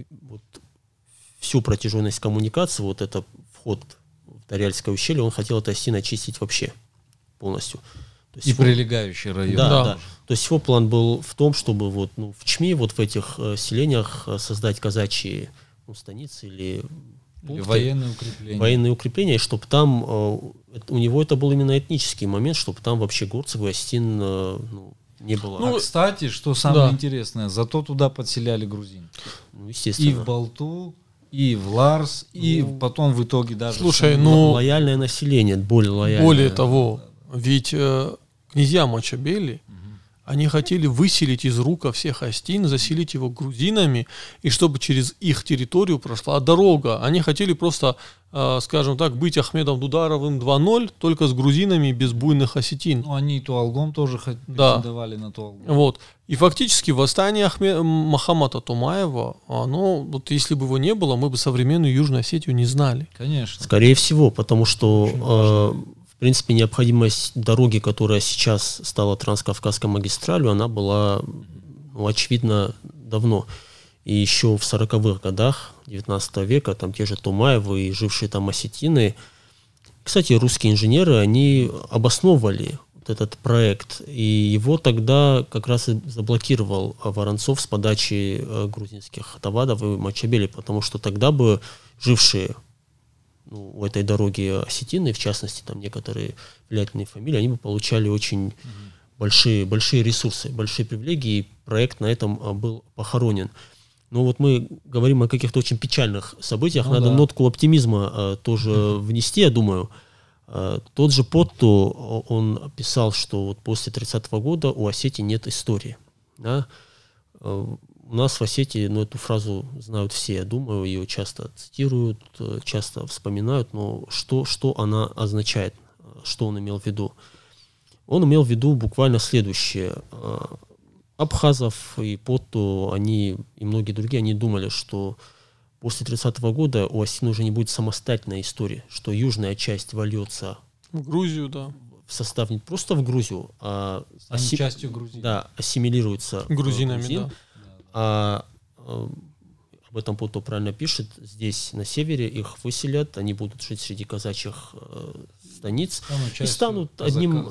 [SPEAKER 2] всю протяженность коммуникации, вот это вход в Дарьяльское ущелье, он хотел это Остин очистить вообще полностью. То есть
[SPEAKER 1] прилегающий район.
[SPEAKER 2] Да. То есть его план был в том, чтобы в Чми, в этих селениях создать казачьи станицы или военные укрепления, и чтобы там, у него это был именно этнический момент, чтобы там вообще горцев и Остин не было.
[SPEAKER 1] Кстати, что самое интересное, зато туда подселяли грузин.
[SPEAKER 2] Естественно.
[SPEAKER 1] И в Балту, и в Ларс, и потом в итоге даже...
[SPEAKER 2] лояльное население, более лояльное.
[SPEAKER 3] Более того, ведь князья Мачабели, Они хотели выселить из Рука всех Остин, заселить его грузинами, и чтобы через их территорию прошла дорога. Они хотели просто, скажем так, быть Ахмедом Дударовым 2.0, только с грузинами, без буйных осетин.
[SPEAKER 1] Ну, они и Туалгом тоже претендовали на Туалгом.
[SPEAKER 3] Вот. И фактически восстание Мохаммада Тумаева, оно, вот если бы его не было, мы бы современную Южную Осетию не знали.
[SPEAKER 1] Конечно.
[SPEAKER 2] Скорее всего, потому что... В принципе, необходимость дороги, которая сейчас стала Транскавказской магистралью, она была, очевидна давно. И еще в 40-х годах 19 века, там те же Тумаевы и жившие там осетины, кстати, русские инженеры, они обосновывали вот этот проект, и его тогда как раз и заблокировал Воронцов с подачи грузинских тавадов и Мачабели, потому что тогда бы жившие у этой дороги осетины, в частности, там некоторые влиятельные фамилии, они бы получали очень большие ресурсы, большие привилегии, и проект на этом был похоронен. Но вот мы говорим о каких-то очень печальных событиях, надо нотку оптимизма тоже внести, я думаю. Тот же Потту, он писал, что вот после 30-го года у Осетии нет истории. Да? У нас в Осетии, эту фразу знают все, я думаю, ее часто цитируют, часто вспоминают, но что она означает, что он имел в виду? Он имел в виду буквально следующее. Абхазов и Потту, они и многие другие, они думали, что после 30-го года у Осетии уже не будет самостоятельной истории, что южная часть вольется
[SPEAKER 3] в Грузию, да.
[SPEAKER 2] В состав не просто в Грузию, а
[SPEAKER 1] частью Грузии.
[SPEAKER 2] Да, ассимилируется
[SPEAKER 3] грузинами,
[SPEAKER 2] грузин. Да. Об этом Потту правильно пишет, здесь на севере их выселят, они будут жить среди казачьих станиц и станут одним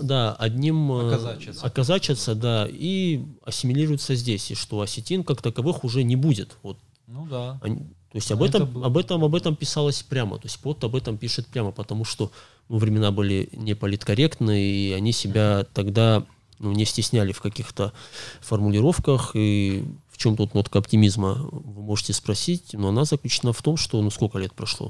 [SPEAKER 2] оказачатся, да, и ассимилируются здесь, и что осетин как таковых уже не будет. Вот. То есть об этом писалось прямо, то есть Пот об этом пишет прямо, потому что времена были неполиткорректны, и они себя тогда не стесняли в каких-то формулировках, и в чем тут нотка оптимизма, вы можете спросить, но она заключена в том, что сколько лет прошло?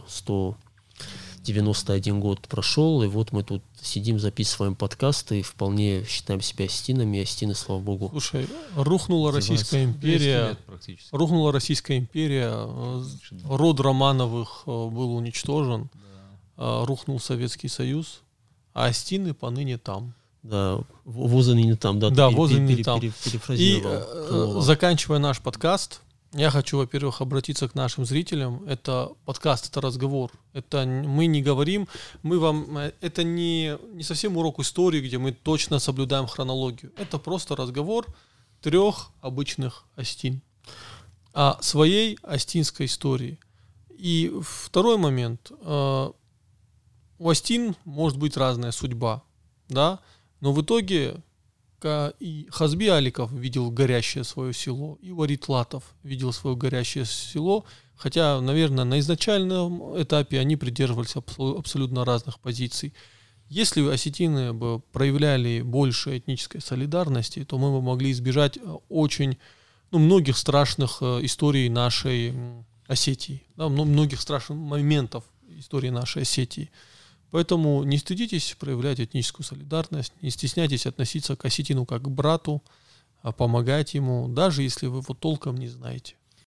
[SPEAKER 2] 191 год прошел, и вот мы тут сидим, записываем подкасты, и вполне считаем себя осетинами, и осетины, слава богу.
[SPEAKER 3] Слушай, рухнула Российская империя, род Романовых был уничтожен, рухнул Советский Союз, а осетины поныне там.
[SPEAKER 2] Да, возы не там, да,
[SPEAKER 3] возы не там. И заканчивая наш подкаст, я хочу, во-первых, обратиться к нашим зрителям. Это подкаст, это разговор. Это мы не говорим, это не совсем урок истории, где мы точно соблюдаем хронологию. Это просто разговор 3 обычных осетин о своей осетинской истории. И второй момент. У осетин может быть разная судьба, да, но в итоге и Хазби Аликов видел горящее свое село, и Варит Латов видел свое горящее село, хотя, наверное, на изначальном этапе они придерживались абсолютно разных позиций. Если осетины бы проявляли больше этнической солидарности, то мы бы могли избежать очень многих страшных историй нашей Осетии, да, многих страшных моментов истории нашей Осетии. Поэтому не стыдитесь проявлять этническую солидарность, не стесняйтесь относиться к осетину как к брату, помогать ему, даже если вы его толком не знаете.